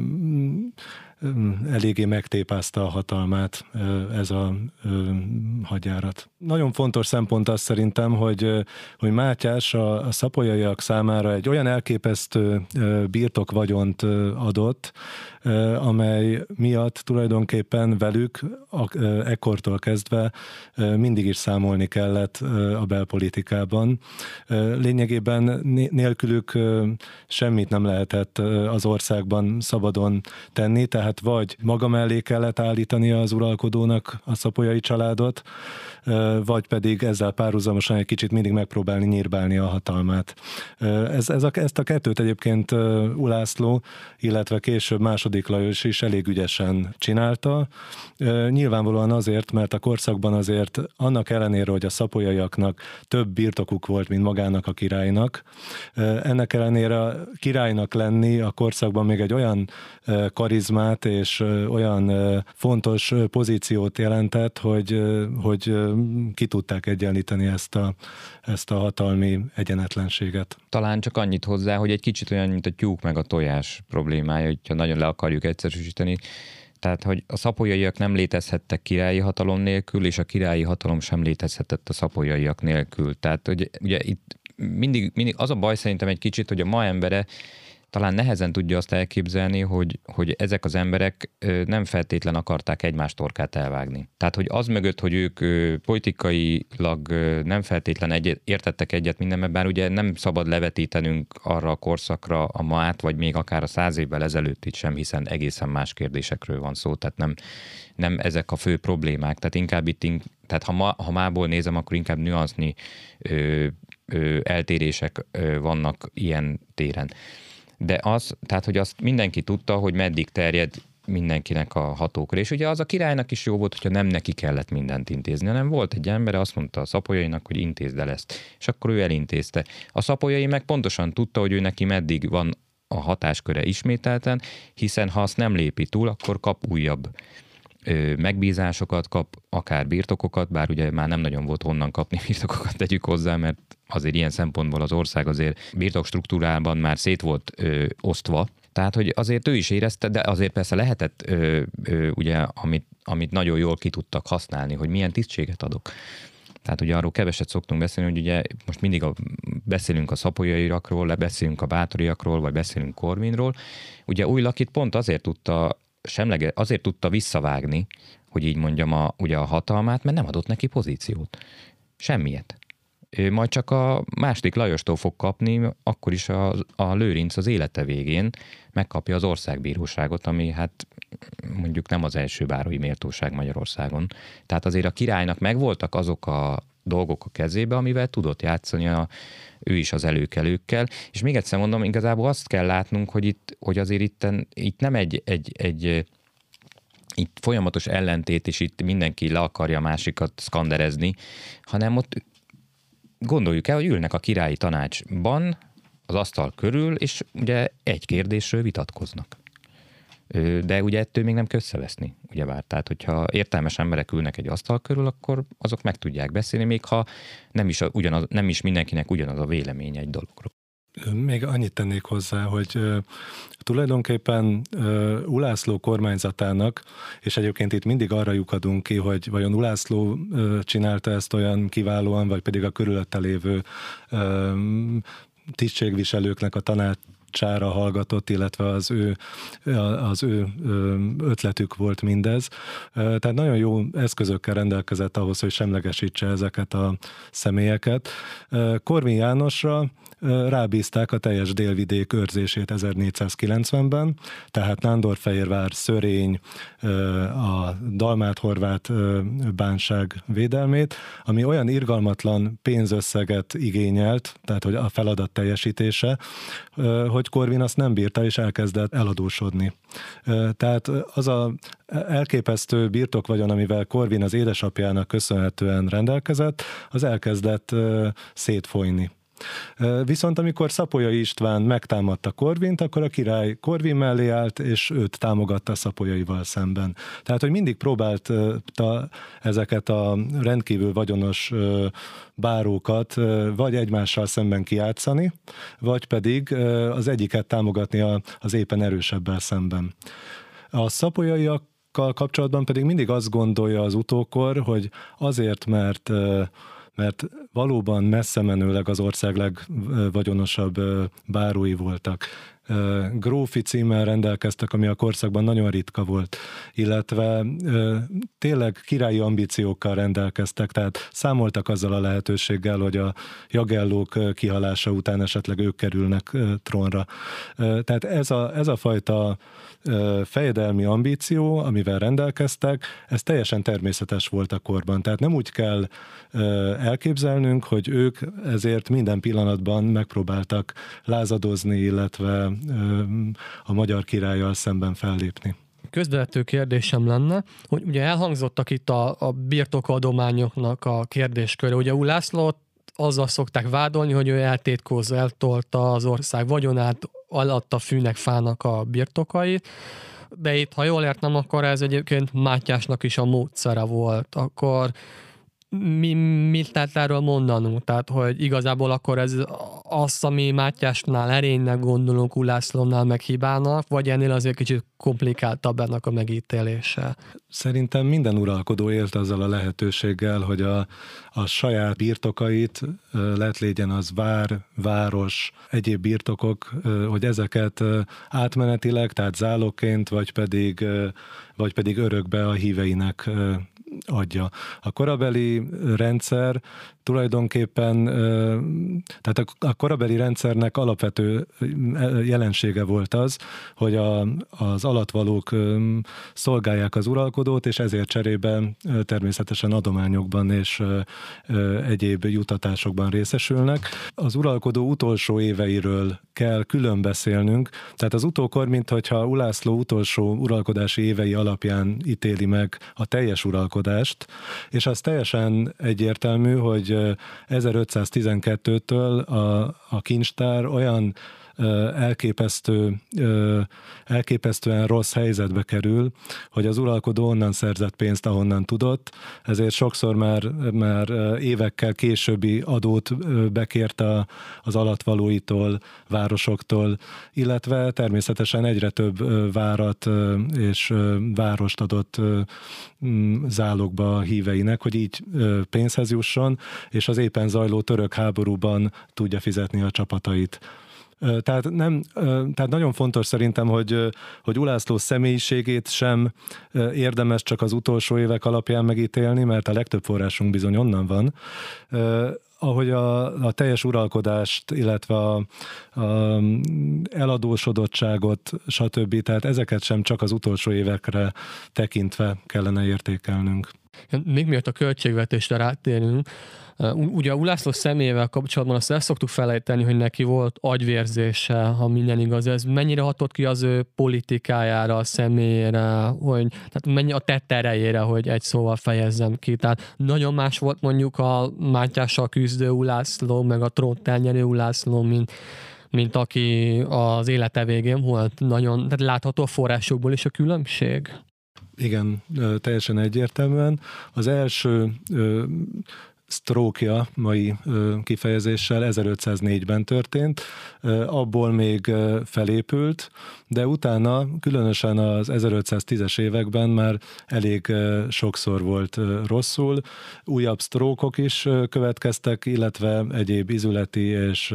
eléggé megtépázta a hatalmát ez a hadjárat. Nagyon fontos szempont az szerintem, hogy, hogy Mátyás a, a szapolyaiak számára egy olyan elképesztő birtokvagyont adott, amely miatt tulajdonképpen velük ekkortól kezdve mindig is számolni kellett a belpolitikában. Lényegében nélkülük semmit nem lehetett az országban szabadon tenni, tehát vagy maga mellé kellett állítani az uralkodónak a szapolyai családot, vagy pedig ezzel párhuzamosan egy kicsit mindig megpróbálni nyírbálni a hatalmát. Ez, ez a, ezt a kettőt egyébként Ulászló, illetve később második Lajos is elég ügyesen csinálta. Nyilvánvalóan azért, mert a korszakban azért annak ellenére, hogy a szapolyaiaknak több birtokuk volt, mint magának a királynak, ennek ellenére a királynak lenni a korszakban még egy olyan karizmát és olyan fontos pozíciót jelentett, hogy, hogy ki tudták egyenlíteni ezt a, ezt a hatalmi egyenetlenséget. Talán csak annyit hozzá, hogy egy kicsit olyan, mint a tyúk meg a tojás problémája, hogyha nagyon le akarjuk egyszerűsíteni. Tehát, hogy a szapolyaiak nem létezhettek királyi hatalom nélkül, és a királyi hatalom sem létezhetett a szapolyaiak nélkül. Tehát, hogy ugye itt mindig, mindig az a baj szerintem egy kicsit, hogy a ma embere talán nehezen tudja azt elképzelni, hogy, hogy ezek az emberek nem feltétlen akarták egymás torkát elvágni. Tehát, hogy az mögött, hogy ők politikailag nem feltétlen egyet, értettek egyet mindenben, bár ugye nem szabad levetítenünk arra a korszakra a maát, vagy még akár a száz évvel ezelőtt itt sem, hiszen egészen más kérdésekről van szó, tehát nem, nem ezek a fő problémák. Tehát inkább itt, tehát ha, ma, ha mából nézem, akkor inkább nüansznyi ö, ö, eltérések ö, vannak ilyen téren. De az, tehát hogy azt mindenki tudta, hogy meddig terjed mindenkinek a hatókör. És ugye az a királynak is jó volt, hogyha nem neki kellett mindent intézni, hanem volt egy ember, azt mondta a Szapolyainak, hogy intézd el ezt. És akkor ő elintézte. A Szapolyai meg pontosan tudta, hogy ő neki meddig van a hatásköre ismételten, hiszen ha azt nem lépi túl, akkor kap újabb ö, megbízásokat, kap akár birtokokat, bár ugye már nem nagyon volt honnan kapni birtokokat, tegyük hozzá, mert azért ilyen szempontból az ország azért birtokstruktúrában már szét volt ö, osztva. Tehát, hogy azért ő is érezte, de azért persze lehetett, ö, ö, ugye, amit, amit nagyon jól ki tudtak használni, hogy milyen tisztséget adok. Tehát ugye arról keveset szoktunk beszélni, hogy ugye most mindig a, beszélünk a szapolyaiakról, beszélünk a bátoriakról, vagy beszélünk Korvinról. Ugye Újlakit pont azért tudta, semlege, azért tudta visszavágni, hogy így mondjam, a, ugye a hatalmát, mert nem adott neki pozíciót. Semmiet. Ő majd csak a második Lajostól fog kapni, akkor is a, a Lőrinc az élete végén megkapja az országbíróságot, ami hát mondjuk nem az első bárói méltóság Magyarországon. Tehát azért a királynak megvoltak azok a dolgok a kezébe, amivel tudott játszani a, ő is az előkelőkkel. És még egyszer mondom, igazából azt kell látnunk, hogy itt, hogy azért itt, itt nem egy, egy, egy itt folyamatos ellentét, és itt mindenki le akarja a másikat szkanderezni, hanem ott gondoljuk el, hogy ülnek a királyi tanácsban az asztal körül, és ugye egy kérdésről vitatkoznak. De ugye ettől még nem kell összeveszni, ugyebár. Tehát, hogyha értelmes emberek ülnek egy asztal körül, akkor azok meg tudják beszélni, még ha nem is, ugyanaz, nem is mindenkinek ugyanaz a véleménye egy dologról. Még annyit tennék hozzá, hogy uh, tulajdonképpen uh, Ulászló kormányzatának, és egyébként itt mindig arra lyukadunk ki, hogy vajon Ulászló uh, csinálta ezt olyan kiválóan, vagy pedig a körülötte lévő uh, tisztségviselőknek a tanács csára hallgatott, illetve az ő, az ő ötletük volt mindez. Tehát nagyon jó eszközökkel rendelkezett ahhoz, hogy semlegesítse ezeket a személyeket. Korvin Jánosra rábízták a teljes délvidék őrzését ezernégyszázkilencvenben, tehát Nándorfehérvár, Szörény, a dalmát-horvát bánság védelmét, ami olyan irgalmatlan pénzösszeget igényelt, tehát hogy a feladat teljesítése, hogy Korvin azt nem bírta, és elkezdett eladósodni. Tehát az a elképesztő birtokvagyon, amivel Korvin az édesapjának köszönhetően rendelkezett, az elkezdett szétfolyni. Viszont amikor Szapolyai István megtámadta Korvint, akkor a király Korvin mellé állt, és őt támogatta Szapolyaival szemben. Tehát, hogy mindig próbálta ezeket a rendkívül vagyonos bárókat vagy egymással szemben kijátszani, vagy pedig az egyiket támogatni az éppen erősebbel szemben. A szapolyaiakkal kapcsolatban pedig mindig azt gondolja az utókor, hogy azért, mert mert valóban messze menőleg az ország legvagyonosabb bárói voltak. Grófi címmel rendelkeztek, ami a korszakban nagyon ritka volt, illetve tényleg királyi ambíciókkal rendelkeztek, tehát számoltak azzal a lehetőséggel, hogy a jagellók kihalása után esetleg ők kerülnek trónra. Tehát ez a, ez a fajta fejedelmi ambíció, amivel rendelkeztek, ez teljesen természetes volt a korban. Tehát nem úgy kell elképzelnünk, hogy ők ezért minden pillanatban megpróbáltak lázadozni, illetve a magyar királlyal szemben fellépni. Közvető kérdésem lenne, hogy ugye elhangzottak itt a, a birtokadományoknak a kérdésköre. Ugye Ulászlót azzal szokták vádolni, hogy ő eltétkozza, eltolta az ország vagyonát, alatta fűnek fának a birtokait, de itt, ha jól értem, akkor ez egyébként Mátyásnak is a módszere volt. Akkor mi, mit lehet erről mondanunk? Tehát, hogy igazából akkor ez az, ami Mátyásnál erénynek gondolunk, Ulászlónál meg hibának, vagy ennél azért kicsit komplikáltabb ennek a megítélése? Szerintem minden uralkodó élt azzal a lehetőséggel, hogy a, a saját birtokait, lett légyen az vár, város, egyéb birtokok, hogy ezeket átmenetileg, tehát zálogként, vagy pedig, vagy pedig örökbe a híveinek adja. A korabeli rendszer tulajdonképpen tehát a korabeli rendszernek alapvető jelensége volt az, hogy a, az alattvalók szolgálják az uralkodót, és ezért cserébe természetesen adományokban és egyéb jutatásokban részesülnek. Az uralkodó utolsó éveiről kell külön beszélnünk, tehát az utókor, minthogyha Ulászló utolsó uralkodási évei alapján ítéli meg a teljes uralkodást, és az teljesen egyértelmű, hogy ezerötszáztizenkettőtől a, a kincstár olyan elképesztő, elképesztően rossz helyzetbe kerül, hogy az uralkodó onnan szerzett pénzt, ahonnan tudott, ezért sokszor már, már évekkel későbbi adót bekért a, az alattvalóitól, városoktól, illetve természetesen egyre több várat és várost adott zálogba a híveinek, hogy így pénzhez jusson, és az éppen zajló török háborúban tudja fizetni a csapatait. Tehát, nem, tehát nagyon fontos szerintem, hogy, hogy Ulászló személyiségét sem érdemes csak az utolsó évek alapján megítélni, mert a legtöbb forrásunk bizony onnan van. Ahogy a, a teljes uralkodást, illetve a, a eladósodottságot, stb. Tehát ezeket sem csak az utolsó évekre tekintve kellene értékelnünk. Még miatt a költségvetésre rátérünk, ugye Ulászló személyével kapcsolatban azt el szoktuk felejteni, hogy neki volt agyvérzése, ha minden igaz. Ez mennyire hatott ki az ő politikájára, a személyére, hogy, tehát mennyi a tett erejére, hogy egy szóval fejezzem ki. Tehát nagyon más volt mondjuk a Mátyással küzdő Ulászló, meg a trónt elnyerő Ulászló, mint, mint aki az élete végén volt. Nagyon, tehát látható a forrásokból is a különbség. Igen, teljesen egyértelműen. Az első sztrókja mai kifejezéssel ezerötszáznégyben történt, abból még felépült, de utána, különösen az ezerötszáztízes években már elég sokszor volt rosszul. Újabb sztrókok is következtek, illetve egyéb izületi és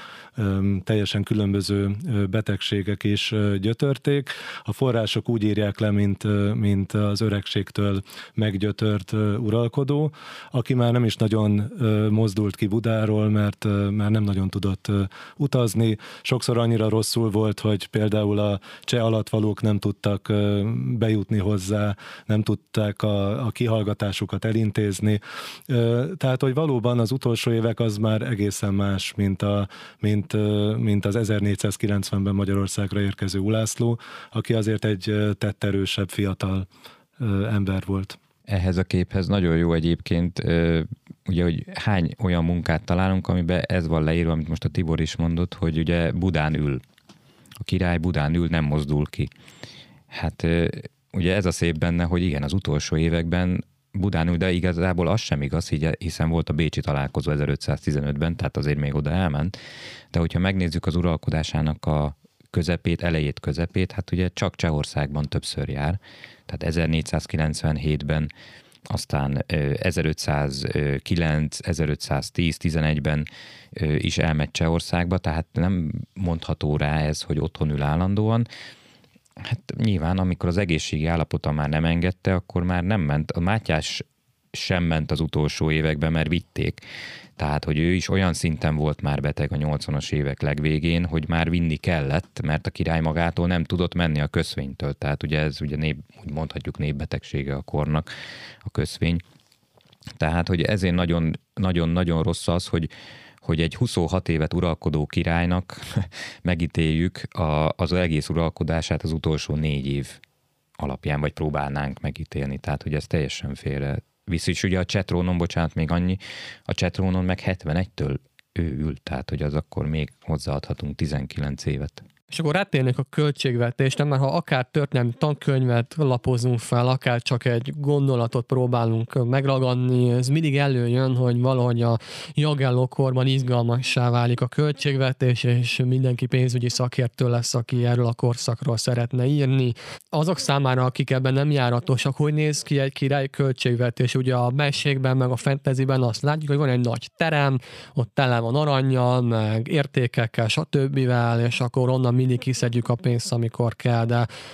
teljesen különböző betegségek is gyötörték. A források úgy írják le, mint, mint az öregségtől meggyötört uralkodó, aki már nem is nagyon mozdult ki Budáról, mert már nem nagyon tudott utazni. Sokszor annyira rosszul volt, hogy például a cseh alattvalók nem tudtak bejutni hozzá, nem tudták a, a kihallgatásukat elintézni. Tehát, hogy valóban az utolsó évek az már egészen más, mint, a, mint, mint az ezernégyszázkilencvenben Magyarországra érkező Ulászló, aki azért egy tetterősebb, fiatal ember volt. Ehhez a képhez nagyon jó egyébként, ugye, hogy hány olyan munkát találunk, amiben ez van leírva, amit most a Tibor is mondott, hogy ugye Budán ül. A király Budán ül, nem mozdul ki. Hát ugye ez a szép benne, hogy igen, az utolsó években Budán ül, de igazából az sem igaz, hiszen volt a bécsi találkozó ezerötszáztizenötben, tehát azért még oda elment. De hogyha megnézzük az uralkodásának a közepét, elejét, közepét, hát ugye csak Csehországban többször jár. Tehát ezernégyszázkilencvenhétben, aztán ezerötszázkilenc, ezerötszáztíz, tizenegyben is elmegy Csehországba, tehát nem mondható rá ez, hogy otthon ül állandóan. Hát nyilván, amikor az egészségi állapota már nem engedte, akkor már nem ment. A Mátyás sem ment az utolsó években, mert vitték. Tehát, hogy ő is olyan szinten volt már beteg a nyolcvanas évek legvégén, hogy már vinni kellett, mert a király magától nem tudott menni a köszvénytől. Tehát ugye ez ugye nép, úgy mondhatjuk népbetegsége a kornak a köszvény. Tehát, hogy ezért nagyon-nagyon rossz az, hogy hogy egy huszonhat évet uralkodó királynak megítéljük a, az egész uralkodását az utolsó négy év alapján, vagy próbálnánk megítélni. Tehát, hogy ez teljesen félre visz. És ugye a cseh trónon, bocsánat, még annyi, a cseh trónon meg hetvenegytől ő ült, tehát, hogy az akkor még hozzáadhatunk tizenkilenc évet. És akkor rátérnék a költségvetésre, mert ha akár történelmi tankönyvet lapozunk fel, akár csak egy gondolatot próbálunk megragadni, ez mindig előjön, hogy valahogy a Jagellókorban izgalmassá válik a költségvetés, és mindenki pénzügyi szakértő lesz, aki erről a korszakról szeretne írni. Azok számára, akik ebben nem járatosak, hogy néz ki egy király költségvetés? Ugye a mesékben, meg a fantasyben azt látjuk, hogy van egy nagy terem, ott tele van arannyal, meg értékekkel, stb. És akkor onnan mindig kiszedjük a pénzt, amikor kell, de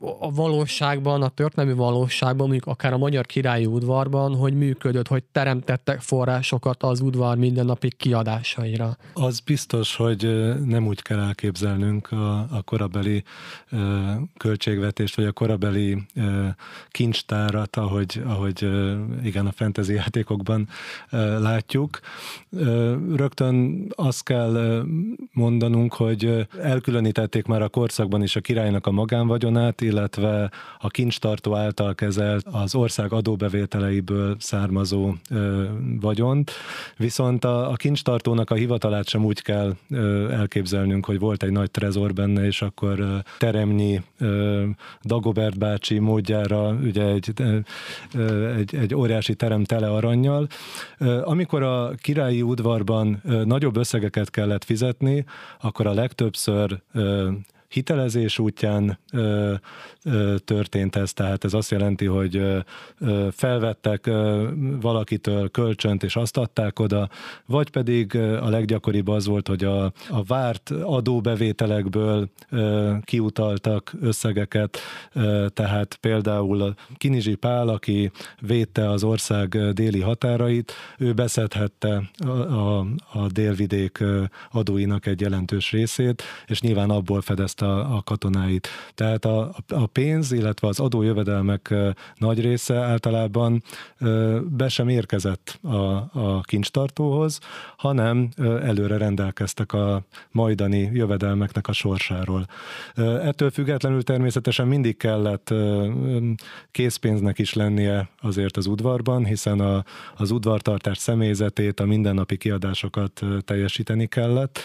a valóságban, a történelmi valóságban, mondjuk akár a magyar királyi udvarban, hogy működött, hogy teremtettek forrásokat az udvar mindennapi kiadásaira. Az biztos, hogy nem úgy kell elképzelnünk a, a korabeli ö, költségvetést, vagy a korabeli ö, kincstárat, ahogy, ahogy ö, igen, a fantasy játékokban ö, látjuk. Ö, rögtön azt kell mondanunk, hogy elkülönítették már a korszakban is a királynak a magánvagyonát, illetve a kincstartó által kezelt az ország adóbevételeiből származó ö, vagyont. Viszont a, a kincstartónak a hivatalát sem úgy kell ö, elképzelnünk, hogy volt egy nagy trezor benne, és akkor ö, Teremnyi ö, Dagobert bácsi módjára ugye egy, ö, egy, egy óriási terem tele arannyal. Ö, amikor a királyi udvarban ö, nagyobb összegeket kellett fizetni, akkor a legtöbbször ö, hitelezés útján ö, ö, történt ez, tehát ez azt jelenti, hogy ö, ö, felvettek ö, valakitől kölcsönt, és azt adták oda, vagy pedig ö, a leggyakoribb az volt, hogy a, a várt adóbevételekből ö, kiutaltak összegeket, ö, tehát például Kinizsi Pál, aki védte az ország déli határait, ő beszedhette a, a, a délvidék adóinak egy jelentős részét, és nyilván abból fedezte a, a katonáit. Tehát a, a pénz, illetve az adójövedelmek nagy része általában be sem érkezett a, a kincstartóhoz, hanem előre rendelkeztek a majdani jövedelmeknek a sorsáról. Ettől függetlenül természetesen mindig kellett készpénznek is lennie azért az udvarban, hiszen a, az udvartartás személyzetét, a mindennapi kiadásokat teljesíteni kellett,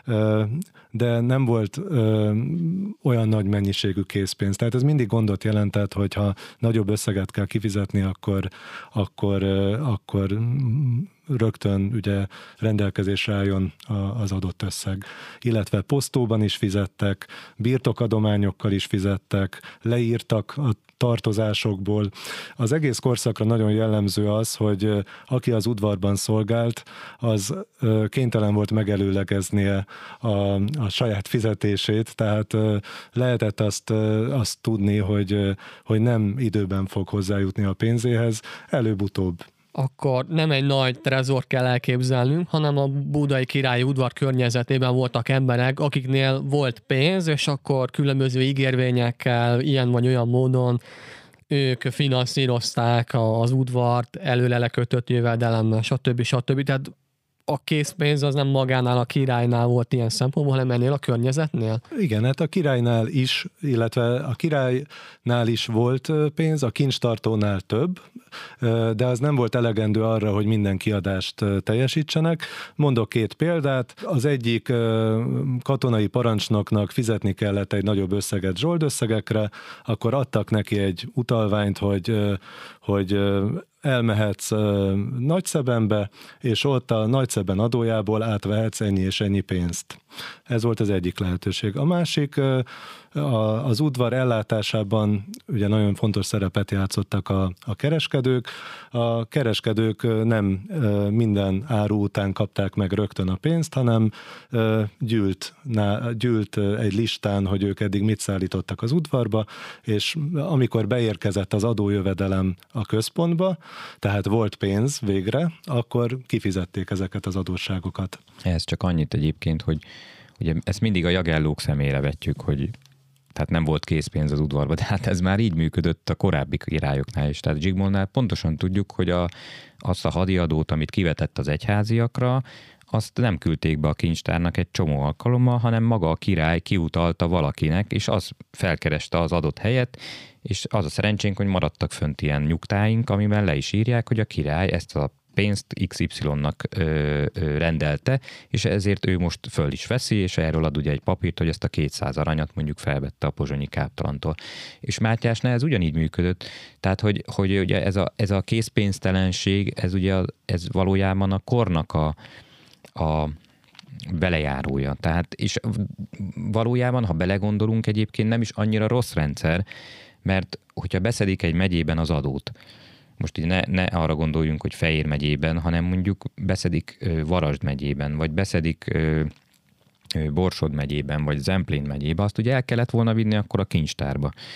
de nem volt ö, olyan nagy mennyiségű készpénz. Tehát ez mindig gondot jelentett, hogyha nagyobb összeget kell kifizetni, akkor, akkor, ö, akkor rögtön ugye rendelkezésre álljon az adott összeg. Illetve posztóban is fizettek, birtokadományokkal is fizettek, leírtak a tartozásokból. Az egész korszakra nagyon jellemző az, hogy aki az udvarban szolgált, az kénytelen volt megelőlegeznie a, a saját fizetését, tehát lehetett azt, azt tudni, hogy, hogy nem időben fog hozzájutni a pénzéhez, előbb-utóbb. Akkor nem egy nagy trezort kell elképzelnünk, hanem a budai királyi udvar környezetében voltak emberek, akiknél volt pénz, és akkor különböző ígérvényekkel, ilyen vagy olyan módon ők finanszírozták az udvart, előre lekötött jövedelemmel, stb. stb. Tehát a készpénz az nem magánál, a királynál volt ilyen szempontból, hanem ennél a környezetnél? Igen, hát a királynál is, illetve a királynál is volt pénz, a kincstartónál több, de az nem volt elegendő arra, hogy minden kiadást teljesítsenek. Mondok két példát. Az egyik katonai parancsnoknak fizetni kellett egy nagyobb összeget zsoldösszegekre, akkor adtak neki egy utalványt, hogy, hogy elmehetsz Nagyszebenbe, és ott a Nagyszeben adójából átvehetsz ennyi és ennyi pénzt. Ez volt az egyik lehetőség. A másik, az udvar ellátásában ugye nagyon fontos szerepet játszottak a, a kereskedők. A kereskedők nem minden áru után kapták meg rögtön a pénzt, hanem gyűlt, gyűlt egy listán, hogy ők eddig mit szállítottak az udvarba, és amikor beérkezett az adójövedelem a központba, tehát volt pénz végre, akkor kifizették ezeket az adósságokat. Ez csak annyit egyébként, hogy ugye ezt mindig a jagellók szemére vetjük, hogy tehát nem volt készpénz az udvarban, de hát ez már így működött a korábbi királyoknál is. Tehát Zsigmondnál pontosan tudjuk, hogy a, azt a hadiadót, amit kivetett az egyháziakra, azt nem küldték be a kincstárnak egy csomó alkalommal, hanem maga a király kiutalta valakinek, és az felkereste az adott helyet, és az a szerencsénk, hogy maradtak fönt ilyen nyugtáink, amiben le is írják, hogy a király ezt a pénzt iksz ipszilonnak ö, ö, rendelte, és ezért ő most föl is veszi, és erről ad ugye egy papírt, hogy ezt a kétszáz aranyat mondjuk felvette a pozsonyi káptalantól. És Mátyásnál ez ugyanígy működött, tehát hogy, hogy ugye ez a, ez a készpénztelenség, ez ugye a, ez valójában a kornak a, a belejárója. Tehát, és valójában, ha belegondolunk, egyébként nem is annyira rossz rendszer, mert hogyha beszedik egy megyében az adót, most így ne, ne arra gondoljunk, hogy Fejér megyében, hanem mondjuk beszedik Varasd megyében, vagy beszedik Borsod megyében, vagy Zemplén megyében, azt ugye el kellett volna vinni akkor a kincstárba.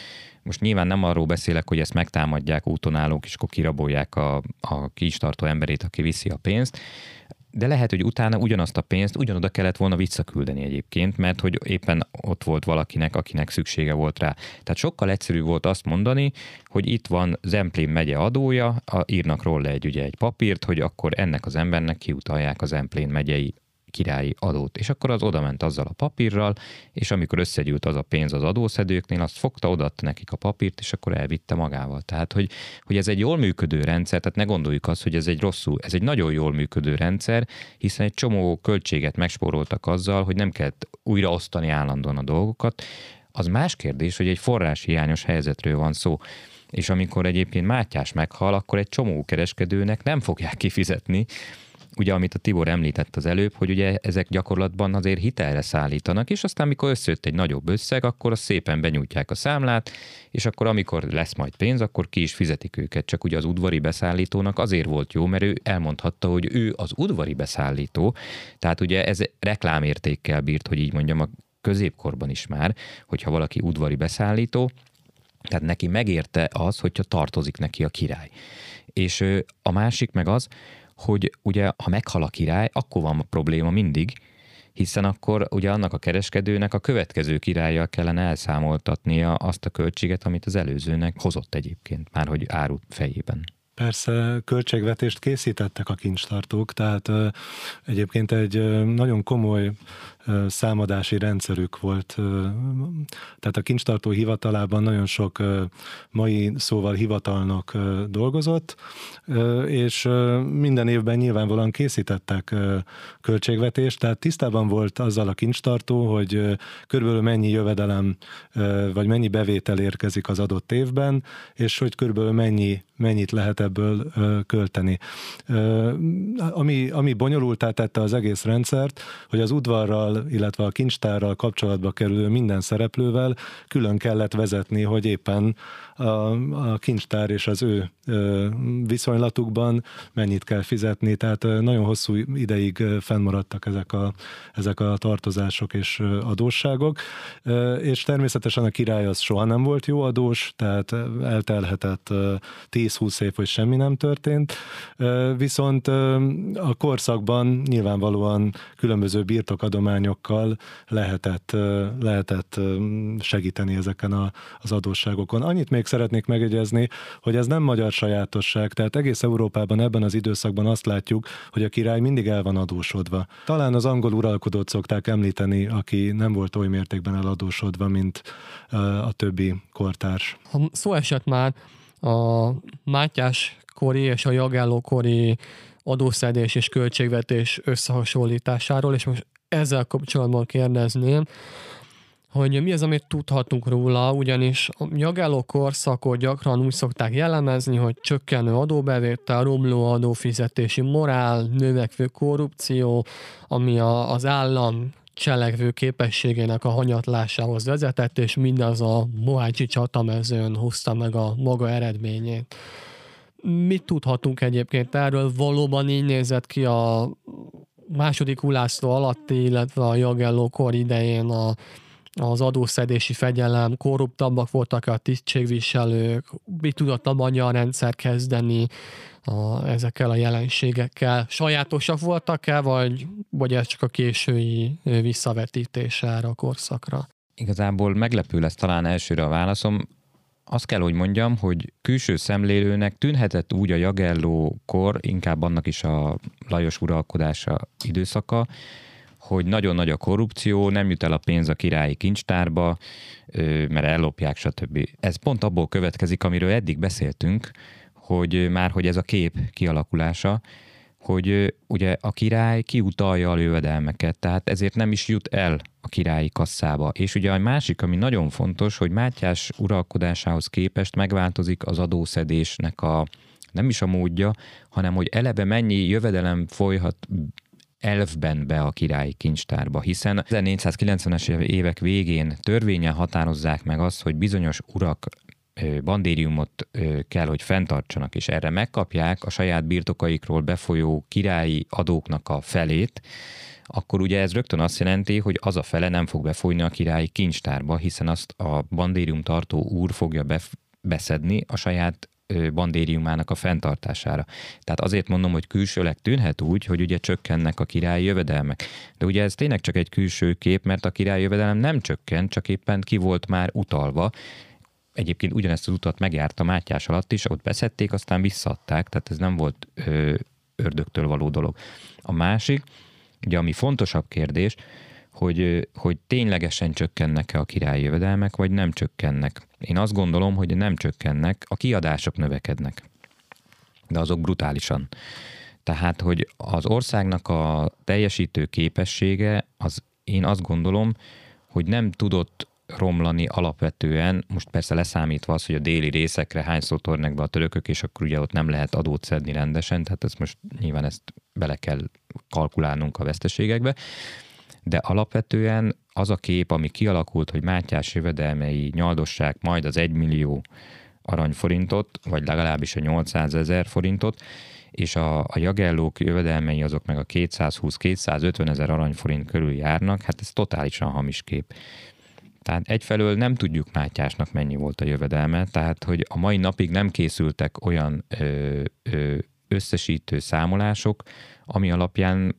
Most nyilván nem arról beszélek, hogy ezt megtámadják útonállók, és akkor kirabolják a, a kincstartó emberét, aki viszi a pénzt, de lehet, hogy utána ugyanazt a pénzt ugyanoda kellett volna visszaküldeni egyébként, mert hogy éppen ott volt valakinek, akinek szüksége volt rá. Tehát sokkal egyszerűbb volt azt mondani, hogy itt van Zemplén megye adója, a, írnak róla egy, ugye, egy papírt, hogy akkor ennek az embernek kiutalják az Zemplén megyei királyi adót. És akkor az oda ment azzal a papírral, és amikor összegyűlt az a pénz az adószedőknél, azt fogta, odaadta nekik a papírt, és akkor elvitte magával. Tehát, hogy, hogy ez egy jól működő rendszer, tehát ne gondoljuk azt, hogy ez egy rosszul, ez egy nagyon jól működő rendszer, hiszen egy csomó költséget megspóroltak azzal, hogy nem kellett újra osztani állandóan a dolgokat. Az más kérdés, hogy egy forráshiányos helyzetről van szó. És amikor egyébként Mátyás meghal, akkor egy csomó kereskedőnek nem fogják kifizetni, ugye, amit a Tibor említett az előbb, hogy ugye ezek gyakorlatban azért hitelre szállítanak, és aztán, amikor összejött egy nagyobb összeg, akkor azt szépen benyújtják a számlát, és akkor, amikor lesz majd pénz, akkor ki is fizetik őket. Csak ugye az udvari beszállítónak azért volt jó, mert ő elmondhatta, hogy ő az udvari beszállító, tehát ugye ez reklámértékkel bírt, hogy így mondjam, a középkorban is már, hogyha valaki udvari beszállító, tehát neki megérte az, hogyha tartozik neki a király. És a másik meg az, hogy ugye, ha meghal a király, akkor van a probléma mindig, hiszen akkor ugye annak a kereskedőnek a következő királlyal kellene elszámoltatnia azt a költséget, amit az előzőnek hozott egyébként, már hogy áru fejében. Persze költségvetést készítettek a kincstartók, tehát ö, egyébként egy ö, nagyon komoly ö, számadási rendszerük volt. Ö, tehát a kincstartó hivatalában nagyon sok ö, mai szóval hivatalnok ö, dolgozott, ö, és ö, minden évben nyilvánvalóan készítettek ö, költségvetést, tehát tisztában volt azzal a kincstartó, hogy ö, körülbelül mennyi jövedelem ö, vagy mennyi bevétel érkezik az adott évben, és hogy körülbelül mennyi, mennyit lehet ebből ö, költeni. Ö, ami, ami bonyolultá tette az egész rendszert, hogy az udvarral, illetve a kincstárral kapcsolatba kerülő minden szereplővel külön kellett vezetni, hogy éppen a, a kincstár és az ő ö, viszonylatukban mennyit kell fizetni, tehát ö, nagyon hosszú ideig ö, fennmaradtak ezek a, ezek a tartozások és ö, adósságok, ö, és természetesen a király az soha nem volt jó adós, tehát eltelhetett ö, tíz-húsz év, hogy semmi nem történt, viszont a korszakban nyilvánvalóan különböző birtokadományokkal lehetett, lehetett segíteni ezeken a, az adósságokon. Annyit még szeretnék megjegyezni, hogy ez nem magyar sajátosság, tehát egész Európában ebben az időszakban azt látjuk, hogy a király mindig el van adósodva. Talán az angol uralkodót szokták említeni, aki nem volt oly mértékben eladósodva, mint a többi kortárs. Ha szó esett már a Mátyás kori és a Jagelló kori adószedés és költségvetés összehasonlításáról, és most ezzel kapcsolatban kérdezném, hogy mi az, amit tudhatunk róla, ugyanis a Jagelló korszakot gyakran úgy szokták jellemezni, hogy csökkenő adóbevétel, romló adófizetési morál, növekvő korrupció, ami a, az állam cselekvő képességének a hanyatlásához vezetett, és mindaz a mohácsi csatamezőn hozta meg a maga eredményét. Mit tudhatunk egyébként erről? Valóban így nézett ki a második Ulászló alatti, illetve a Jagelló kor idején a, az adószedési fegyelem, korruptabbak voltak a tisztségviselők, mit tudott a magyar rendszer kezdeni a, ezekkel a jelenségekkel? Sajátosak voltak-e, vagy, vagy ez csak a késői visszavetítése erre a korszakra? Igazából meglepő lesz talán elsőre a válaszom. Azt kell, hogy mondjam, hogy külső szemlélőnek tűnhetett úgy a Jagelló kor, inkább annak is a Lajos uralkodása időszaka, hogy nagyon nagy a korrupció, nem jut el a pénz a királyi kincstárba, mert ellopják, stb. Ez pont abból következik, amiről eddig beszéltünk, hogy már hogy ez a kép kialakulása, hogy ugye a király kiutalja a jövedelmeket, tehát ezért nem is jut el a királyi kasszába. És ugye a másik, ami nagyon fontos, hogy Mátyás uralkodásához képest megváltozik az adószedésnek a nem is a módja, hanem hogy eleve mennyi jövedelem folyhat elfben be a királyi kincstárba, hiszen ezernégyszázkilencvenes évek végén törvényen határozzák meg azt, hogy bizonyos urak bandériumot kell, hogy fenntartsanak, és erre megkapják a saját birtokaikról befolyó királyi adóknak a felét, akkor ugye ez rögtön azt jelenti, hogy az a fele nem fog befolyni a királyi kincstárba, hiszen azt a bandérium tartó úr fogja beszedni a saját bandériumának a fenntartására. Tehát azért mondom, hogy külsőleg tűnhet úgy, hogy ugye csökkennek a királyi jövedelmek. De ugye ez tényleg csak egy külső kép, mert a királyi jövedelem nem csökkent, csak éppen ki volt már utalva. Egyébként ugyanezt az utat megjárta Mátyás alatt is, ott beszedték, aztán visszaadták, tehát ez nem volt ö, ördögtől való dolog. A másik, ugye ami fontosabb kérdés, hogy, hogy ténylegesen csökkennek-e a királyi jövedelmek, vagy nem csökkennek. Én azt gondolom, hogy nem csökkennek, a kiadások növekednek. De azok brutálisan. Tehát, hogy az országnak a teljesítő képessége, az én azt gondolom, hogy nem tudott romlani alapvetően, most persze leszámítva az, hogy a déli részekre hányszor törnek be a törökök, és akkor ugye ott nem lehet adót szedni rendesen, tehát ezt most nyilván ezt bele kell kalkulálnunk a veszteségekbe, de alapvetően az a kép, ami kialakult, hogy Mátyás jövedelmei nyaldossák majd az egymillió aranyforintot, vagy legalábbis a nyolcszázezer forintot, és a, a jagellók jövedelmei azok meg a kétszázhúsz-kétszázötven ezer aranyforint körül járnak, hát ez totálisan hamis kép. Tehát egyfelől nem tudjuk Mátyásnak mennyi volt a jövedelme, tehát hogy a mai napig nem készültek olyan ö, ö, összesítő számolások, ami alapján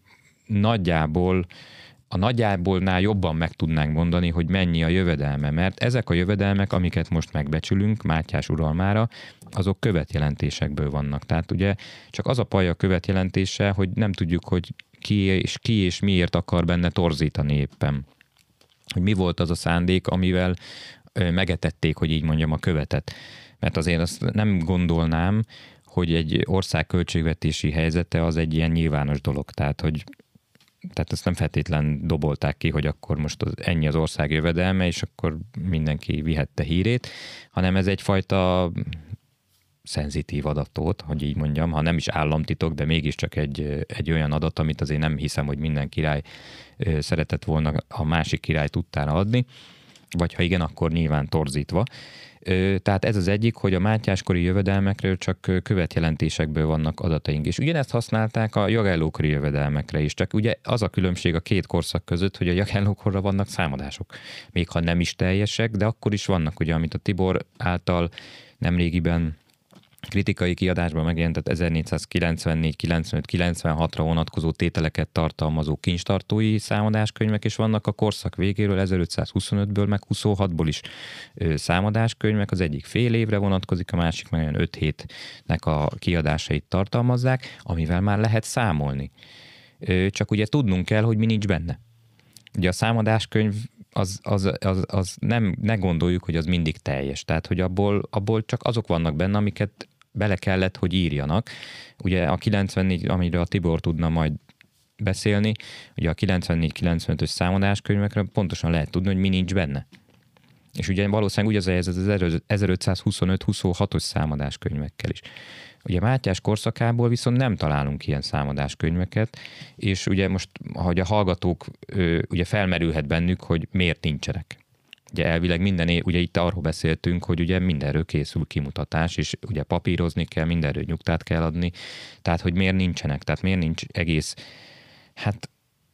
nagyjából a nagyjábolnál jobban meg tudnánk mondani, hogy mennyi a jövedelme, mert ezek a jövedelmek, amiket most megbecsülünk Mátyás uralmára, azok követjelentésekből vannak. Tehát ugye csak az a baj a követjelentése, hogy nem tudjuk, hogy ki és, ki és miért akar benne torzítani éppen. Hogy mi volt az a szándék, amivel megetették, hogy így mondjam, a követet. Mert azért azt nem gondolnám, hogy egy ország költségvetési helyzete az egy ilyen nyilvános dolog. Tehát, hogy tehát ezt nem feltétlen dobolták ki, hogy akkor most az, ennyi az ország jövedelme, és akkor mindenki vihette hírét, hanem ez egyfajta szenzitív adatot, hogy így mondjam, ha nem is államtitok, de mégiscsak egy, egy olyan adat, amit azért nem hiszem, hogy minden király szeretett volna a másik király tudtára adni, vagy ha igen, akkor nyilván torzítva. Tehát ez az egyik, hogy a mátyáskori jövedelmekről csak követjelentésekből vannak adataink. És ugyanezt használták a jagellókori jövedelmekre is, csak ugye az a különbség a két korszak között, hogy a jagellókorra vannak számadások. Még ha nem is teljesek, de akkor is vannak, ugye, amit a Tibor által nemrégiben kritikai kiadásban megjelentett ezernégyszázkilencvennégy kilencvenöt kilencvenhatra vonatkozó tételeket tartalmazó kincstartói számadáskönyvek, és vannak a korszak végéről ezerötszázhuszonötből meg huszonhatból is számadáskönyvek, az egyik fél évre vonatkozik, a másik meg olyan öt hétnek a kiadásait tartalmazzák, amivel már lehet számolni. Csak ugye tudnunk kell, hogy mi nincs benne. Ugye a számadáskönyv az, az, az, az nem, ne gondoljuk, hogy az mindig teljes. Tehát, hogy abból, abból csak azok vannak benne, amiket bele kellett, hogy írjanak. Ugye a kilencvennégy, amire a Tibor tudna majd beszélni, ugye a kilencvennégy kilencvenötös számadáskönyvekre pontosan lehet tudni, hogy mi nincs benne. És ugye valószínűleg ugye az ezerötszázhuszonöt huszonhatos számadáskönyvekkel is. Ugye Mátyás korszakából viszont nem találunk ilyen számadáskönyveket, és ugye most, ahogy a hallgatók, ugye felmerülhet bennük, hogy miért nincsenek. Ugye elvileg minden, év, ugye itt arról beszéltünk, hogy ugye mindenről készül kimutatás, és ugye papírozni kell, mindenről nyugtát kell adni, tehát hogy miért nincsenek, tehát miért nincs egész, hát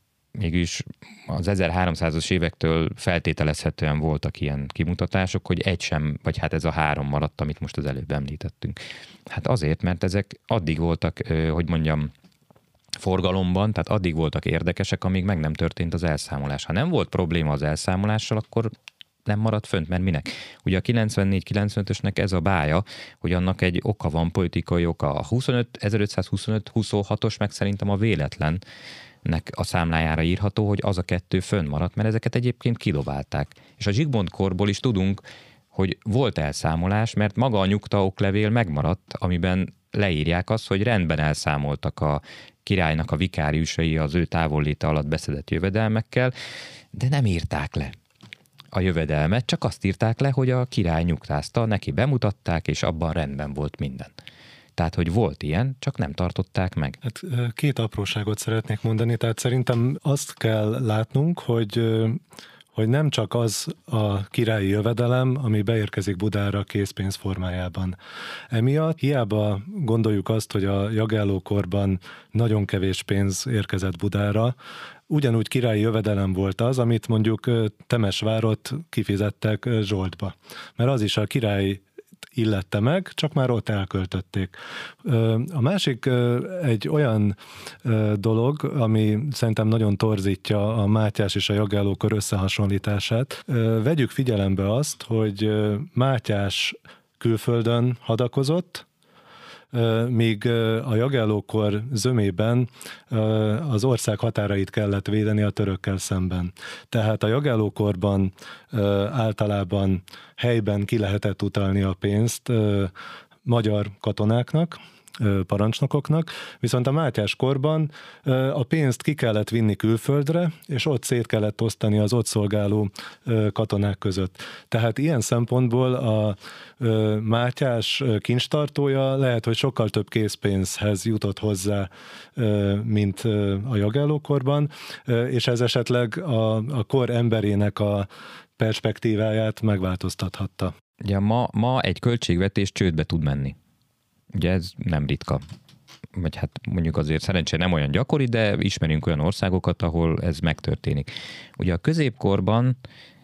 mégis az ezerháromszázas évektől feltételezhetően voltak ilyen kimutatások, hogy egy sem, vagy hát ez a három maradt, amit most az előbb említettünk. Hát azért, mert ezek addig voltak, hogy mondjam, forgalomban, tehát addig voltak érdekesek, amíg meg nem történt az elszámolás. Ha nem volt probléma az elszámolással, akkor nem maradt fönt, mert minek? Ugye a kilencvennégy kilencvenötösnek ez a bája, hogy annak egy oka van, politikai oka. A huszonöt, ezerötszázhuszonöt huszonhatos meg szerintem a véletlen nek a számlájára írható, hogy az a kettő fönnmaradt, mert ezeket egyébként kidobálták. És a Zsigmond korból is tudunk, hogy volt elszámolás, mert maga a nyugta oklevél megmaradt, amiben leírják azt, hogy rendben elszámoltak a királynak a vikáriusai az ő távolléte alatt beszedett jövedelmekkel, de nem írták le a jövedelmet, csak azt írták le, hogy a király nyugtázta, neki bemutatták, és abban rendben volt minden. Tehát, hogy volt ilyen, csak nem tartották meg. Hát két apróságot szeretnék mondani, tehát szerintem azt kell látnunk, hogy, hogy nem csak az a királyi jövedelem, ami beérkezik Budára készpénz formájában. Emiatt hiába gondoljuk azt, hogy a jagellókorban nagyon kevés pénz érkezett Budára, ugyanúgy királyi jövedelem volt az, amit mondjuk Temesvárot kifizettek Zsoltba. Mert az is a király illette meg, csak már ott elköltötték. A másik egy olyan dolog, ami szerintem nagyon torzítja a Mátyás és a jagellókor összehasonlítását. Vegyük figyelembe azt, hogy Mátyás külföldön hadakozott, míg a jagellókor zömében az ország határait kellett védeni a törökkel szemben. Tehát a jagellókorban általában helyben ki lehetett utalni a pénzt magyar katonáknak, parancsnokoknak, viszont a Mátyás korban a pénzt ki kellett vinni külföldre, és ott szét kellett osztani az ott szolgáló katonák között. Tehát ilyen szempontból a Mátyás kincstartója lehet, hogy sokkal több készpénzhez jutott hozzá, mint a jagellókorban, és ez esetleg a, a kor emberének a perspektíváját megváltoztathatta. Ugye ma, ma egy költségvetés csődbe tud menni. Ugye ez nem ritka. Vagy hát mondjuk azért szerencsére nem olyan gyakori, de ismerünk olyan országokat, ahol ez megtörténik. Ugye a középkorban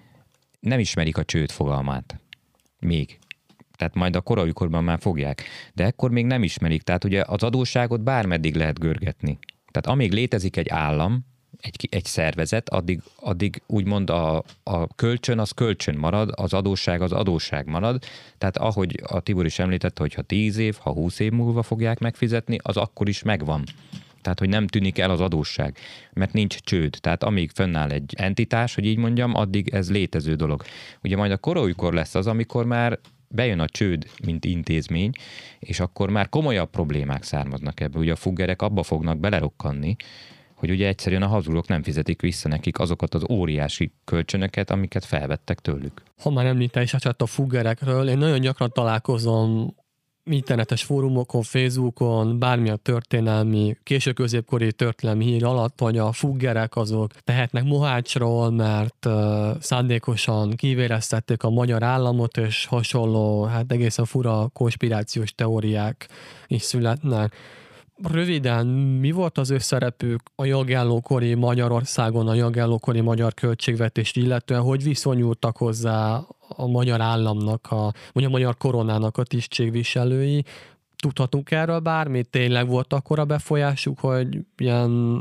nem ismerik a csőd fogalmát. Még. Tehát majd a korai korban már fogják. De ekkor még nem ismerik. Tehát ugye az adósságot bármeddig lehet görgetni. Tehát amíg létezik egy állam, egy, egy szervezet, addig, addig úgymond a, a kölcsön az kölcsön marad, az adósság az adósság marad. Tehát ahogy a Tibor is említette, hogy ha tíz év, ha húsz év múlva fogják megfizetni, az akkor is megvan. Tehát, hogy nem tűnik el az adósság, mert nincs csőd. Tehát amíg fönnáll egy entitás, hogy így mondjam, addig ez létező dolog. Ugye majd a korójukor lesz az, amikor már bejön a csőd, mint intézmény, és akkor már komolyabb problémák származnak ebből. Ugye a fuggerek abba fognak belerokkanni, hogy ugye egyszerűen a hazugok nem fizetik vissza nekik azokat az óriási kölcsönöket, amiket felvettek tőlük. Ha már említés a fuggerekről, én nagyon gyakran találkozom internetes fórumokon, Facebookon, bármilyen történelmi, késő középkori történelmi hír alatt, hogy a fuggerek azok tehetnek Mohácsról, mert uh, szándékosan kivéreztették a magyar államot, és hasonló, hát egészen fura konspirációs teóriák is születnek. Röviden, mi volt az ő szerepük a jagellókori Magyarországon, a jagellókori magyar költségvetést illetően, hogy viszonyultak hozzá a magyar államnak, a, vagy a magyar koronának a tisztségviselői? Tudhatunk erről bármit? Tényleg volt akkora befolyásuk, hogy ilyen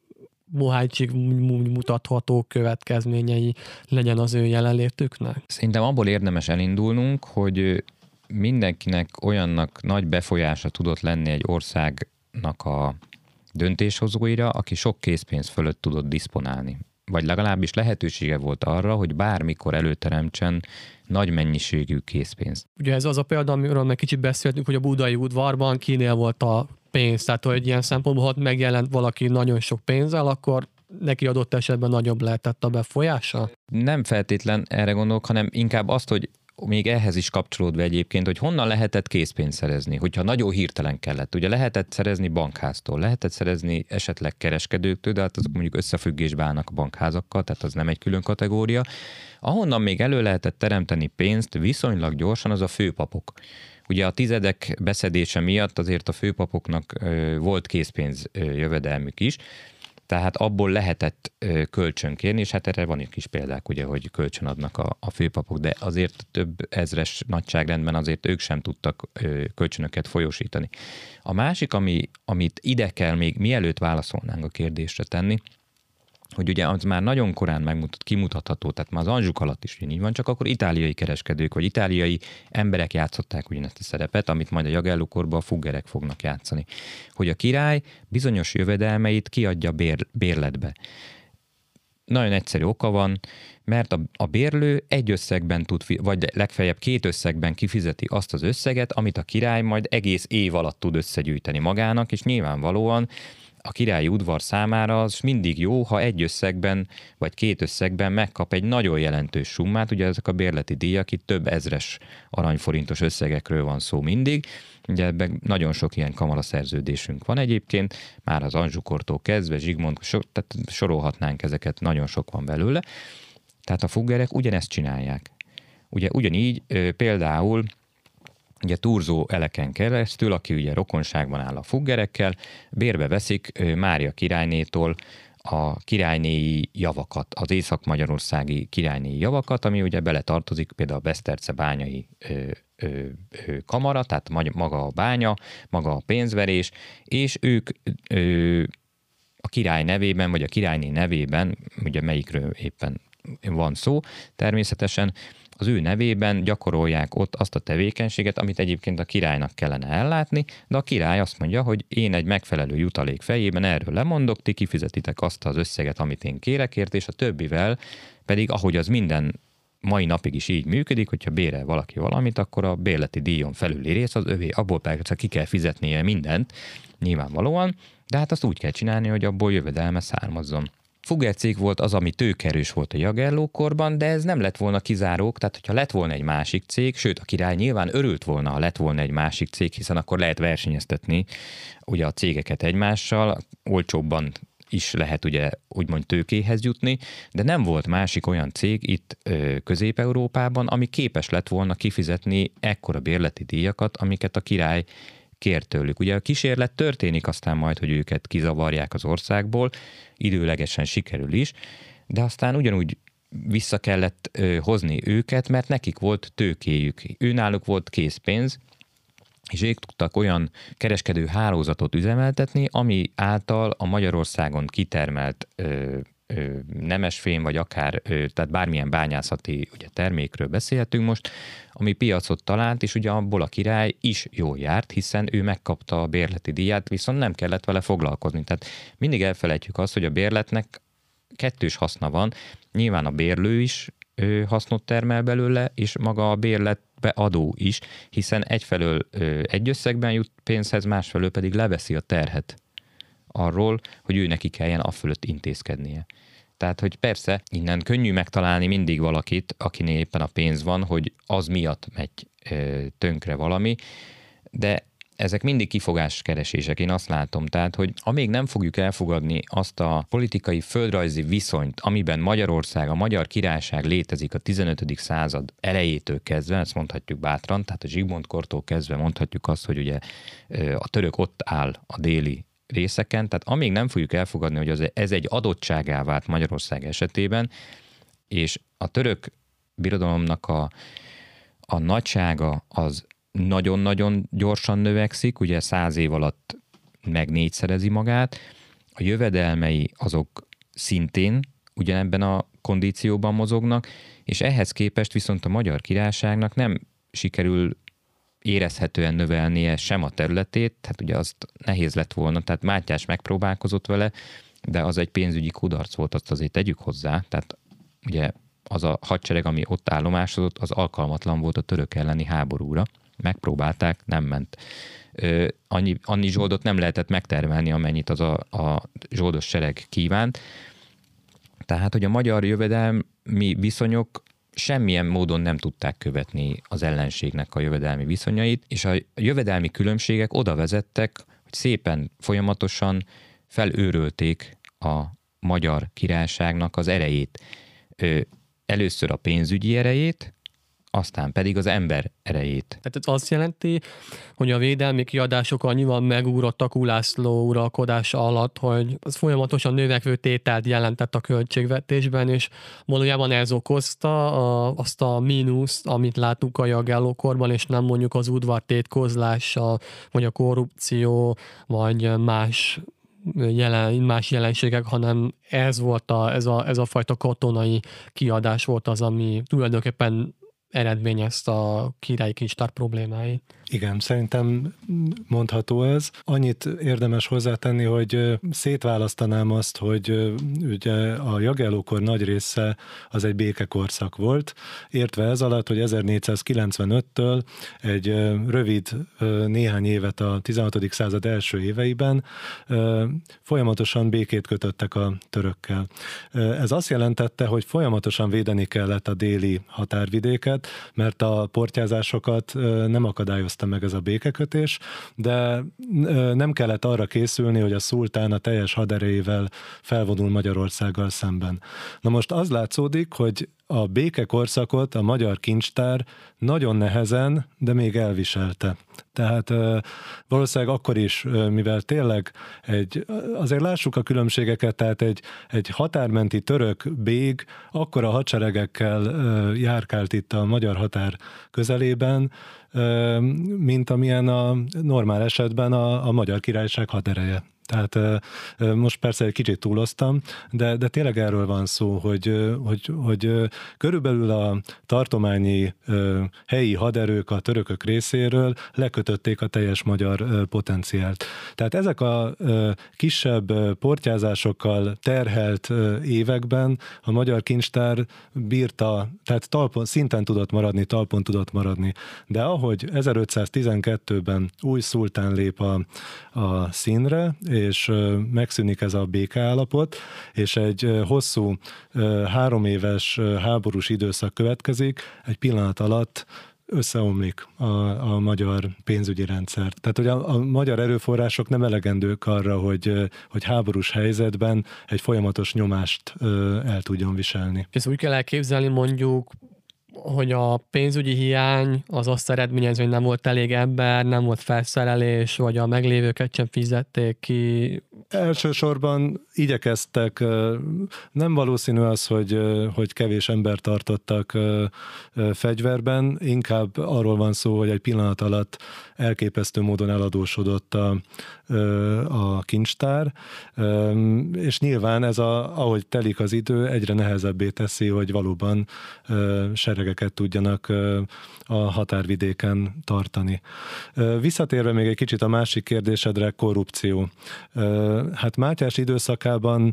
Mohácsig mutatható következményei legyen az ő jelenlétüknek? Szerintem abból érdemes elindulnunk, hogy mindenkinek olyannak nagy befolyása tudott lenni egy ország a döntéshozóira, aki sok készpénz fölött tudott diszponálni. Vagy legalábbis lehetősége volt arra, hogy bármikor előteremtsen nagy mennyiségű készpénzt. Ugye ez az a példa, amiről meg kicsit beszéltünk, hogy a budai udvarban kinél volt a pénz, tehát hogy ilyen szempontból, ha megjelent valaki nagyon sok pénzzel, akkor neki adott esetben nagyobb lehetett a befolyása? Nem feltétlen erre gondolok, hanem inkább azt, hogy még ehhez is kapcsolódva egyébként, hogy honnan lehetett készpénzt szerezni, hogyha nagyon hirtelen kellett. Ugye lehetett szerezni bankháztól, lehetett szerezni esetleg kereskedőktől, de hát azok mondjuk összefüggésbe állnak a bankházakkal, tehát az nem egy külön kategória. Ahonnan még elő lehetett teremteni pénzt viszonylag gyorsan, az a főpapok. Ugye a tizedek beszedése miatt azért a főpapoknak volt készpénz jövedelmük is, tehát abból lehetett kölcsön kérni, és hát erre van egy kis példák, ugye, hogy kölcsön adnak a, a főpapok, de azért több ezres nagyságrendben azért ők sem tudtak kölcsönöket folyósítani. A másik, ami, amit ide kell még mielőtt válaszolnánk a kérdésre tenni, hogy ugye az már nagyon korán megmutat, kimutatható, tehát már az Anzsuk alatt is így van, csak akkor itáliai kereskedők, vagy itáliai emberek játszották ugyanezt a szerepet, amit majd a jagellókorban a fuggerek fognak játszani. Hogy a király bizonyos jövedelmeit kiadja bér, bérletbe. Nagyon egyszerű oka van, mert a, a bérlő egy összegben tud, vagy legfeljebb két összegben kifizeti azt az összeget, amit a király majd egész év alatt tud összegyűjteni magának, és nyilvánvalóan a királyi udvar számára az mindig jó, ha egy összegben vagy két összegben megkap egy nagyon jelentős summát, ugye ezek a bérleti díjak, itt több ezres aranyforintos összegekről van szó mindig, ugye ebben nagyon sok ilyen kamaraszerződésünk van egyébként, már az Anzsukortól kezdve, Zsigmond, so, tehát sorolhatnánk ezeket, nagyon sok van belőle. Tehát a fuggerek ugyanezt csinálják. Ugye ugyanígy például ugye Thurzó Eleken keresztül, aki ugye rokonságban áll a fuggerekkel, bérbe veszik Mária királynétól a királynéi javakat, az észak-magyarországi királynéi javakat, ami ugye beletartozik például a Beszterce bányai ö, ö, ö, kamara, tehát maga a bánya, maga a pénzverés, és ők ö, a király nevében, vagy a királyné nevében, ugye melyikről éppen van szó, természetesen az ő nevében gyakorolják ott azt a tevékenységet, amit egyébként a királynak kellene ellátni, de a király azt mondja, hogy én egy megfelelő jutalék fejében erről lemondok, ti kifizetitek azt az összeget, amit én kérek ért, és a többivel pedig, ahogy az minden mai napig is így működik, hogyha bérel valaki valamit, akkor a bérleti díjon felüli rész az övé, abból persze ki kell fizetnie mindent, nyilvánvalóan, de hát azt úgy kell csinálni, hogy abból jövedelme származzon. Fuggercég volt az, ami tőkerős volt a Jagellókorban, de ez nem lett volna kizárók, tehát hogyha lett volna egy másik cég, sőt a király nyilván örült volna, ha lett volna egy másik cég, hiszen akkor lehet versenyeztetni ugye a cégeket egymással, olcsóbban is lehet ugye úgymond tőkéhez jutni, de nem volt másik olyan cég itt ö, Közép-Európában, ami képes lett volna kifizetni ekkora bérleti díjakat, amiket a király kér tőlük. Ugye a kísérlet történik aztán majd, hogy őket kizavarják az országból, időlegesen sikerül is, de aztán ugyanúgy vissza kellett ö, hozni őket, mert nekik volt tőkéjük. Őnáluk volt készpénz, és ők tudtak olyan kereskedő hálózatot üzemeltetni, ami által a Magyarországon kitermelt ö, ö, nemesfém, vagy akár, ö, tehát bármilyen bányászati ugye, termékről beszélhetünk most, ami piacot talált, és ugye abból a király is jól járt, hiszen ő megkapta a bérleti díját, viszont nem kellett vele foglalkozni. Tehát mindig elfelejtjük azt, hogy a bérletnek kettős haszna van, nyilván a bérlő is ö, hasznot termel belőle, és maga a bérletbe adó is, hiszen egyfelől ö, egy összegben jut pénzhez, másfelől pedig leveszi a terhet arról, hogy ő neki kelljen afölött intézkednie. Tehát, hogy persze innen könnyű megtalálni mindig valakit, akinél éppen a pénz van, hogy az miatt megy ö, tönkre valami, de ezek mindig kifogáskeresések, én azt látom. Tehát, hogy amíg nem fogjuk elfogadni azt a politikai földrajzi viszonyt, amiben Magyarország, a Magyar Királyság létezik a tizenötödik század elejétől kezdve, ezt mondhatjuk bátran, tehát a Zsigmond-kortól kezdve mondhatjuk azt, hogy ugye a török ott áll a déli részeken, tehát amíg nem fogjuk elfogadni, hogy az, ez egy adottságá vált Magyarország esetében, és a török birodalomnak a, a nagysága az nagyon-nagyon gyorsan növekszik, ugye száz év alatt meg négyszerezi magát, a jövedelmei azok szintén ugyanebben a kondícióban mozognak, és ehhez képest viszont a Magyar Királyságnak nem sikerül érezhetően növelnie sem a területét, tehát ugye azt nehéz lett volna, tehát Mátyás megpróbálkozott vele, de az egy pénzügyi kudarc volt, azt azért tegyük hozzá, tehát ugye az a hadsereg, ami ott állomásodott, az alkalmatlan volt a török elleni háborúra. Megpróbálták, nem ment. Ö, annyi, annyi zsoldot nem lehetett megtermelni, amennyit az a, a zsoldos sereg kívánt. Tehát, hogy a magyar jövedelmi viszonyok semmilyen módon nem tudták követni az ellenségnek a jövedelmi viszonyait, és a jövedelmi különbségek oda vezettek, hogy szépen, folyamatosan felőrölték a Magyar Királyságnak az erejét. Ö, először a pénzügyi erejét, aztán pedig az ember erejét. Tehát ez azt jelenti, hogy a védelmi kiadások annyival megúrottak Ulászló uralkodása alatt, hogy az folyamatosan növekvő tételt jelentett a költségvetésben, és valójában ez okozta a, azt a mínuszt, amit látunk a Jagellókorban, és nem mondjuk az udvar tétkozlása, vagy a korrupció, vagy más Jelen, más jelenségek, hanem ez volt a, ez, a, ez a fajta katonai kiadás volt az, ami tulajdonképpen eredményezte a királyi kincstár problémáit. Igen, szerintem mondható ez. Annyit érdemes hozzátenni, hogy szétválasztanám azt, hogy ugye a Jagellókor nagy része az egy békekorszak volt, értve ez alatt, hogy ezernégyszázkilencvenöttől egy rövid néhány évet a tizenhatodik század első éveiben folyamatosan békét kötöttek a törökkel. Ez azt jelentette, hogy folyamatosan védeni kellett a déli határvidéket, miatt, mert a portyázásokat nem akadályozta meg ez a békekötés, de nem kellett arra készülni, hogy a szultán a teljes haderejével felvonul Magyarországgal szemben. Na most az látszódik, hogy a békekorszakot a magyar kincstár nagyon nehezen, de még elviselte. Tehát valószínűleg akkor is, mivel tényleg egy, azért lássuk a különbségeket, tehát egy, egy határmenti török bég akkora hadseregekkel járkált itt a magyar határ közelében, mint amilyen a normál esetben a, a Magyar Királyság hadereje. Tehát most persze egy kicsit túloztam, de, de tényleg erről van szó, hogy, hogy, hogy körülbelül a tartományi helyi haderők a törökök részéről lekötötték a teljes magyar potenciált. Tehát ezek a kisebb portyázásokkal terhelt években a magyar kincstár bírta, tehát talpon, szinten tudott maradni, talpon tudott maradni. De ahogy ezerötszáztizenkettőben új szultán lép a, a színre, és megszűnik ez a békeállapot, és egy hosszú három éves háborús időszak következik, egy pillanat alatt összeomlik a, a magyar pénzügyi rendszer. Tehát, hogy a, a magyar erőforrások nem elegendők arra, hogy, hogy háborús helyzetben egy folyamatos nyomást el tudjon viselni. És úgy kell elképzelni mondjuk, hogy a pénzügyi hiány az azt eredményez, hogy nem volt elég ember, nem volt felszerelés, vagy a meglévőket sem fizették ki. Elsősorban igyekeztek, nem valószínű az, hogy, hogy kevés embert tartottak fegyverben, inkább arról van szó, hogy egy pillanat alatt elképesztő módon eladósodott a, a kincstár, és nyilván ez, a, ahogy telik az idő, egyre nehezebbé teszi, hogy valóban seregeket tudjanak a határvidéken tartani. Visszatérve még egy kicsit a másik kérdésedre, korrupció. Hát Mátyás időszakában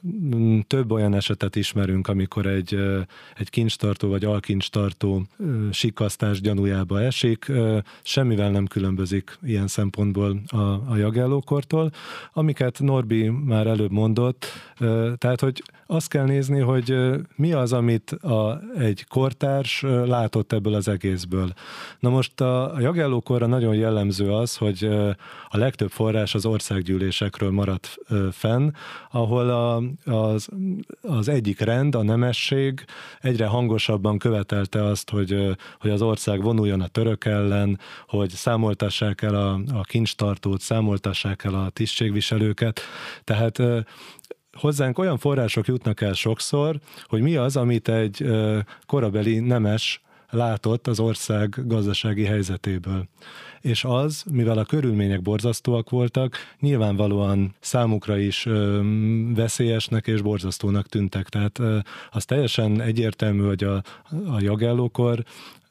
több olyan esetet ismerünk, amikor egy, egy kincstartó vagy alkincstartó sikkasztás gyanújába esik, semmivel nem különbözik ilyen szempontból a, a Jagellókortól, amiket Norbi már előbb mondott, tehát, hogy azt kell nézni, hogy mi az, amit a, egy kortárs látott ebből az egészből. Na most a, a Jagellókorra nagyon jellemző az, hogy a legtöbb forrás az országgyűlésekről maradt fenn, ahol a, az, az egyik rend, a nemesség egyre hangosabban követelte azt, hogy, hogy az ország vonuljon a török ellen, hogy számoltassák el a, a kincstartót, számoltassák el a tisztségviselőket. Tehát hozzánk olyan források jutnak el sokszor, hogy mi az, amit egy korabeli nemes látott az ország gazdasági helyzetéből. És az, mivel a körülmények borzasztóak voltak, nyilvánvalóan számukra is ö, veszélyesnek és borzasztónak tűntek. Tehát ö, az teljesen egyértelmű, hogy a, a Jagellókor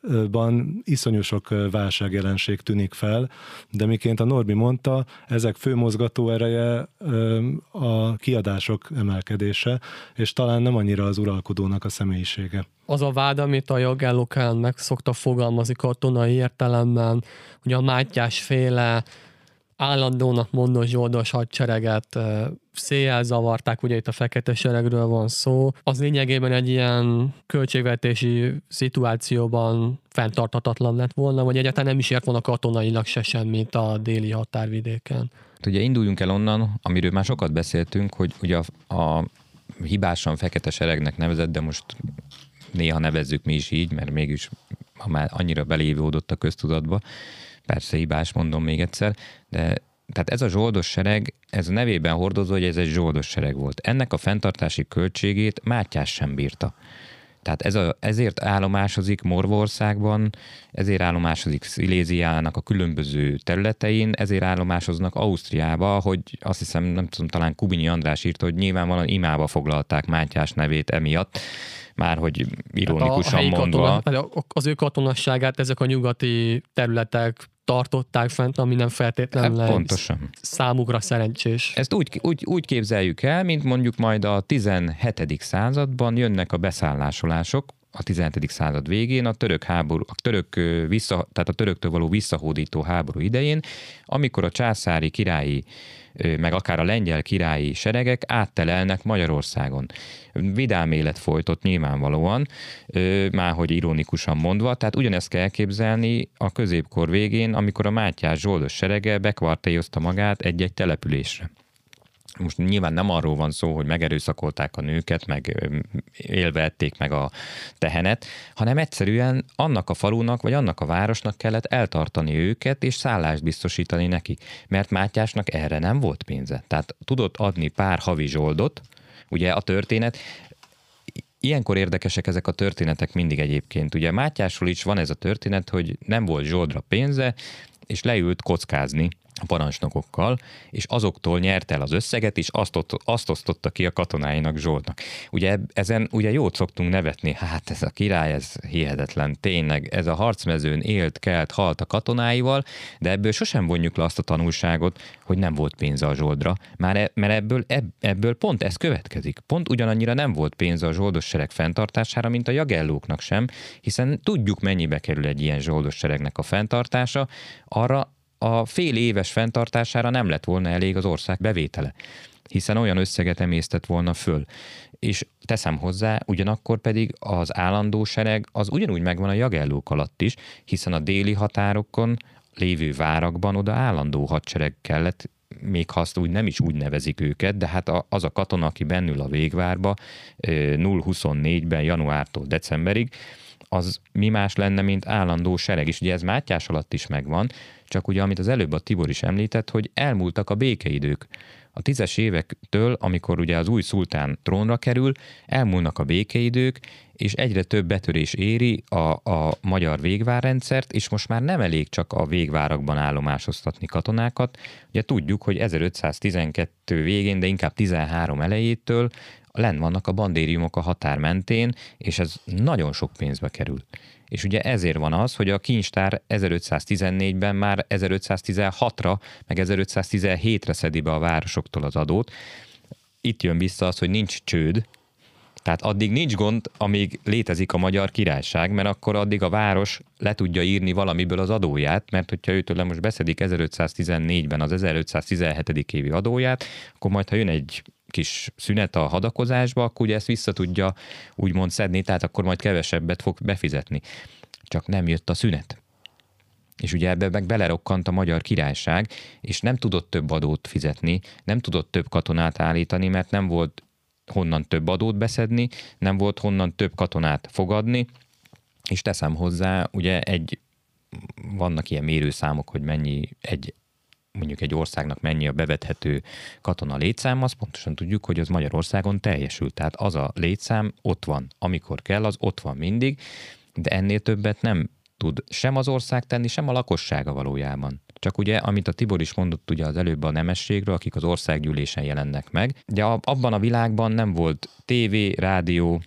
ban iszonyú sok válságjelenség tűnik fel, de miként a Norbi mondta, ezek fő mozgató ereje a kiadások emelkedése, és talán nem annyira az uralkodónak a személyisége. Az a vád, amit a Jagellók ellen meg szokta fogalmazni katonai értelemben, hogy a Mátyás féle állandónak mondott zsoldos hadsereget széjjel zavarták, ugye itt a fekete seregről van szó. Az lényegében egy ilyen költségvetési szituációban fenntarthatatlan lett volna, vagy egyáltalán nem is ért volna katonailag se semmit a déli határvidéken. Ugye induljunk el onnan, amiről már sokat beszéltünk, hogy ugye a, a hibásan fekete seregnek nevezett, de most néha nevezzük mi is így, mert mégis ha már annyira belévódott a köztudatba, persze hibás, mondom még egyszer, de tehát ez a zsoldos sereg, ez a nevében hordozó, hogy ez egy zsoldos sereg volt. Ennek a fenntartási költségét Mátyás sem bírta. Tehát ez a, ezért állomásozik Morvaországban, ezért állomásozik Sziléziának a különböző területein, ezért állomásoznak Ausztriába, hogy azt hiszem, nem tudom, talán Kubinyi András írta, hogy nyilvánvalóan imába foglalták Mátyás nevét emiatt, már hogy ironikusan hát mondva. Katona, az ő katonasságát ezek a nyugati területek tartották fent, ami nem feltétlenül pontosan számukra szerencsés. Ezt úgy, úgy, úgy képzeljük el, mint mondjuk majd a tizenhetedik században jönnek a beszállásolások, a tizenhetedik század végén, a török háború, a török vissza, tehát a töröktől való visszahódító háború idején, amikor a császári királyi, meg akár a lengyel királyi seregek áttelelnek Magyarországon. Vidám élet folytott nyilvánvalóan, márhogy ironikusan mondva, tehát ugyanezt kell elképzelni a középkor végén, amikor a Mátyás zsoldos serege bekvartélyozta magát egy-egy településre. Most nyilván nem arról van szó, hogy megerőszakolták a nőket, meg élve ették meg a tehenet, hanem egyszerűen annak a falunak, vagy annak a városnak kellett eltartani őket, és szállást biztosítani nekik. Mert Mátyásnak erre nem volt pénze. Tehát tudott adni pár havi zsoldot, ugye a történet, ilyenkor érdekesek ezek a történetek mindig egyébként. Ugye Mátyásról is van ez a történet, hogy nem volt zsoldra pénze, és leült kockázni a parancsnokokkal, és azoktól nyert el az összeget, és azt, ott, azt osztotta ki a katonáinak zsoldnak. Ugye ezen ugye jót szoktunk nevetni, hát ez a király, ez hihetetlen, tényleg, ez a harcmezőn élt, kelt, halt a katonáival, de ebből sosem vonjuk le azt a tanulságot, hogy nem volt pénze a zsoldra, már e, mert ebből, ebből pont ez következik. Pont ugyanannyira nem volt pénze a zsoldos sereg fenntartására, mint a jagellóknak sem, hiszen tudjuk, mennyibe kerül egy ilyen zsoldos seregnek a fenntartása, arra a fél éves fenntartására nem lett volna elég az ország bevétele, hiszen olyan összeget emésztett volna föl. És teszem hozzá, ugyanakkor pedig az állandó sereg az ugyanúgy megvan a jagellók alatt is, hiszen a déli határokon lévő várakban oda állandó hadsereg kellett, még ha azt úgy nem is úgy nevezik őket, de hát az a katona, aki bennül a végvárba nulla huszonnégyben januártól decemberig, az mi más lenne, mint állandó sereg. És ugye ez Mátyás alatt is megvan, csak ugye, amit az előbb a Tibor is említett, hogy elmúltak a békeidők. A tízes évektől, amikor ugye az új szultán trónra kerül, elmúlnak a békeidők, és egyre több betörés éri a, a magyar végvárrendszert, és most már nem elég csak a végvárakban állomásoztatni katonákat. Ugye tudjuk, hogy ezerötszáztizenkettő végén, de inkább tizenhárom elejétől lenn vannak a bandériumok a határ mentén, és ez nagyon sok pénzbe kerül. És ugye ezért van az, hogy a kincstár ezerötszáztizennégyben már ezerötszáztizenhatra, meg ezerötszáztizenhétre szedi be a városoktól az adót. Itt jön vissza az, hogy nincs csőd, tehát addig nincs gond, amíg létezik a Magyar Királyság, mert akkor addig a város le tudja írni valamiből az adóját, mert hogyha őtől most beszedik ezerötszáztizennégyben az ezerötszáztizenhetedik évi adóját, akkor majd, ha jön egy kis szünet a hadakozásba, akkor ugye ezt vissza tudja úgymond szedni, tehát akkor majd kevesebbet fog befizetni. Csak nem jött a szünet. És ugye ebbe meg belerokkant a Magyar Királyság, és nem tudott több adót fizetni, nem tudott több katonát állítani, mert nem volt honnan több adót beszedni, nem volt honnan több katonát fogadni, és teszem hozzá, ugye egy, vannak ilyen mérőszámok, hogy mennyi egy mondjuk egy országnak mennyi a bevethető katona létszám, azt pontosan tudjuk, hogy az Magyarországon teljesül. Tehát az a létszám ott van. Amikor kell, az ott van mindig, de ennél többet nem tud sem az ország tenni, sem a lakossága valójában. Csak ugye, amit a Tibor is mondott ugye az előbb a nemességről, akik az országgyűlésen jelennek meg, de abban a világban nem volt tévé, rádió,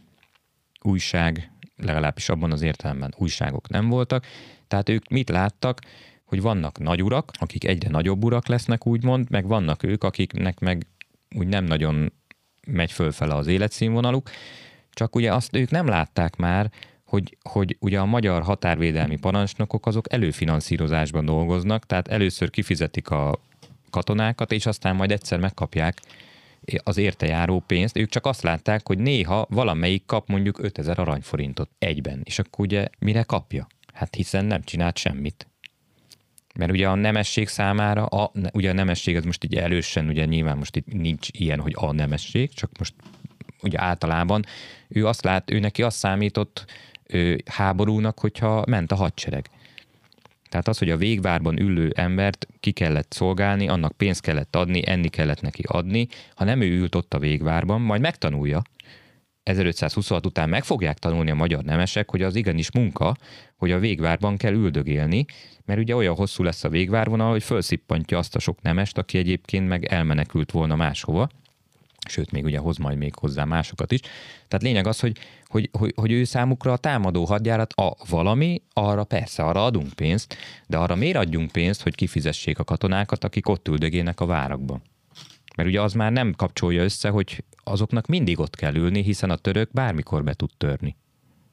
újság, legalábbis abban az értelemben újságok nem voltak, tehát ők mit láttak, hogy vannak nagy urak, akik egyre nagyobb urak lesznek, úgymond, meg vannak ők, akiknek meg úgy nem nagyon megy fölfele az életszínvonaluk, csak ugye azt ők nem látták már, hogy, hogy ugye a magyar határvédelmi parancsnokok azok előfinanszírozásban dolgoznak, tehát először kifizetik a katonákat, és aztán majd egyszer megkapják az érte járó pénzt. Ők csak azt látták, hogy néha valamelyik kap mondjuk ötezer aranyforintot egyben, és akkor ugye mire kapja? Hát hiszen nem csinált semmit. Mert ugye a nemesség számára, a, ugye a nemesség az most így elősen, ugye nyilván most itt nincs ilyen, hogy a nemesség, csak most ugye általában ő azt lát, ő neki azt számított ő, háborúnak, hogyha ment a hadsereg. Tehát az, hogy a végvárban ülő embert ki kellett szolgálni, annak pénzt kellett adni, enni kellett neki adni, ha nem ő ült ott a végvárban, majd megtanulja, ezerötszázhuszonhat után meg fogják tanulni a magyar nemesek, hogy az igenis munka, hogy a végvárban kell üldögélni, mert ugye olyan hosszú lesz a végvárvonal, hogy felszippantja azt a sok nemest, aki egyébként meg elmenekült volna máshova, sőt, még ugye hoz majd még hozzá másokat is. Tehát lényeg az, hogy, hogy, hogy, hogy ő számukra a támadó hadjárat a valami, arra persze, arra adunk pénzt, de arra miért adjunk pénzt, hogy kifizessék a katonákat, akik ott üldögélnek a várakban? Mert ugye az már nem kapcsolja össze, hogy azoknak mindig ott kell ülni, hiszen a török bármikor be tud törni.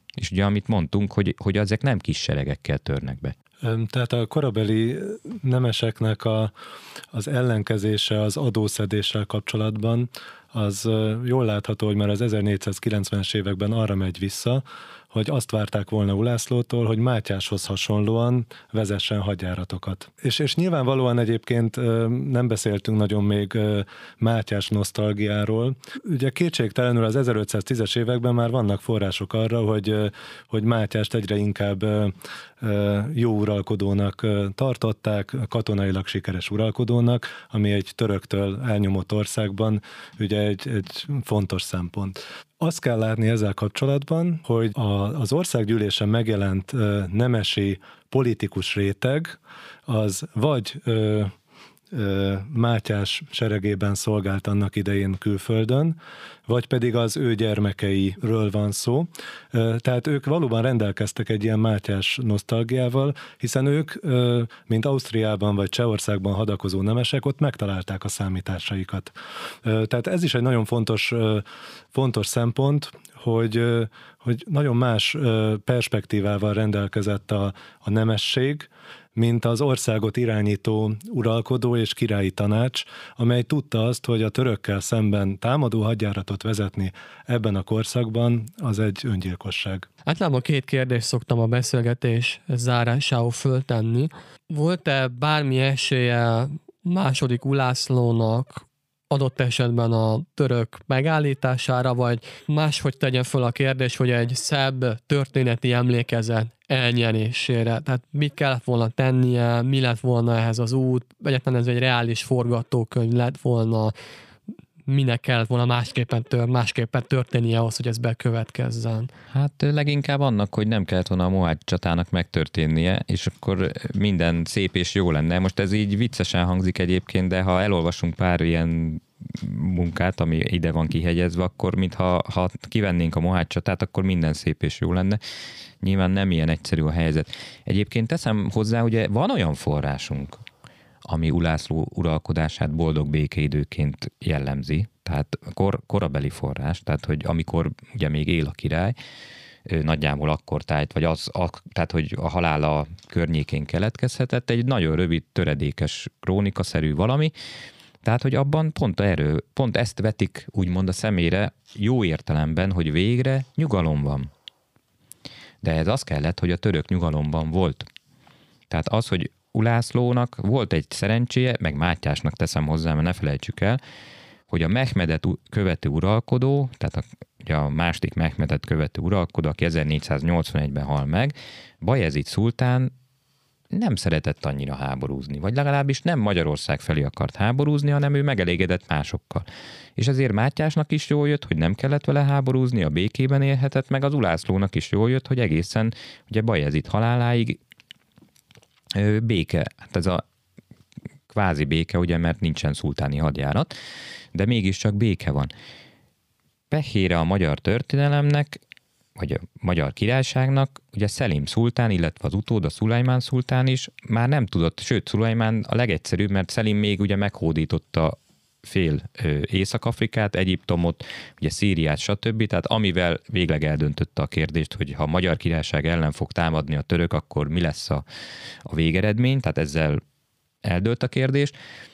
És ugye amit mondtunk, hogy, hogy ezek nem kis seregekkel törnek be. Tehát a korabeli nemeseknek a, az ellenkezése az adószedéssel kapcsolatban, az jól látható, hogy már az ezernégyszázkilencvenes években arra megy vissza, hogy azt várták volna Ulászlótól, hogy Mátyáshoz hasonlóan vezessen hadjáratokat. És, és nyilvánvalóan egyébként nem beszéltünk nagyon még Mátyás nosztalgiáról. Ugye kétségtelenül az ezerötszáztízes években már vannak források arra, hogy, hogy Mátyást egyre inkább jó uralkodónak tartották, katonailag sikeres uralkodónak, ami egy töröktől elnyomott országban ugye egy, egy fontos szempont. Azt kell látni ezzel kapcsolatban, hogy a, az országgyűlésen megjelent ö, nemesi politikus réteg, az vagy ö, ö, Mátyás seregében szolgált annak idején külföldön, vagy pedig az ő gyermekeiről van szó. Tehát ők valóban rendelkeztek egy ilyen Mátyás nosztalgiával, hiszen ők, mint Ausztriában vagy Csehországban hadakozó nemesek, ott megtalálták a számításaikat. Tehát ez is egy nagyon fontos, fontos szempont, hogy, hogy nagyon más perspektívával rendelkezett a, a nemesség, mint az országot irányító uralkodó és királyi tanács, amely tudta azt, hogy a törökkel szemben támadó hadjáratot vezetni ebben a korszakban az egy öngyilkosság. Általában két kérdést szoktam a beszélgetés zárásául föltenni. Volt-e bármi esélye második Ulászlónak adott esetben a török megállítására, vagy máshogy tegyen föl a kérdés, hogy egy szebb történeti emlékezet elnyerésére. Tehát mit kellett volna tennie, mi lett volna ehhez az út, egyáltalán ez egy reális forgatókönyv lett volna, minek kellett volna másképpen, tör, másképpen történnie ahhoz, hogy ez bekövetkezzen. Hát leginkább annak, hogy nem kellett volna a Mohács csatának megtörténnie, és akkor minden szép és jó lenne. Most ez így viccesen hangzik egyébként, de ha elolvasunk pár ilyen munkát, ami ide van kihegyezve, akkor mintha ha kivennénk a Mohács csatát, akkor minden szép és jó lenne. Nyilván nem ilyen egyszerű a helyzet. Egyébként teszem hozzá, ugye van olyan forrásunk, ami Ulászló uralkodását boldog békeidőként jellemzi, tehát kor, korabeli forrás, tehát hogy amikor ugye még él a király, nagyjából akkor tájt, vagy az, a, tehát hogy a halála környékén keletkezhetett, egy nagyon rövid, töredékes krónikaszerű valami, tehát hogy abban pont, erő, pont ezt vetik úgymond a szemére jó értelemben, hogy végre nyugalom van. De ez az kellett, hogy a török nyugalomban volt. Tehát az, hogy Ulászlónak volt egy szerencséje, meg Mátyásnak teszem hozzá, mert ne felejtsük el, hogy a Mehmedet követő uralkodó, tehát a, ugye a második Mehmedet követő uralkodó, aki ezernégyszáznyolcvanegyben hal meg, Bajezid szultán nem szeretett annyira háborúzni, vagy legalábbis nem Magyarország felé akart háborúzni, hanem ő megelégedett másokkal. És ezért Mátyásnak is jól jött, hogy nem kellett vele háborúzni, a békében élhetett, meg az Ulászlónak is jól jött, hogy egészen ugye Bajezid haláláig béke, hát ez a kvázi béke, ugye, mert nincsen szultáni hadjárat, de mégiscsak béke van. Pehére a magyar történelemnek, vagy a magyar királyságnak, ugye Szelim szultán, illetve az utóda Szulajmán szultán is már nem tudott, sőt Szulajmán a legegyszerűbb, mert Szelim még ugye meghódította fél Észak-Afrikát, Egyiptomot, ugye Szíriát, stb. Tehát amivel végleg eldöntötte a kérdést, hogy ha a magyar királyság ellen fog támadni a török, akkor mi lesz a, a végeredmény, tehát ezzel eldőlt a kérdés.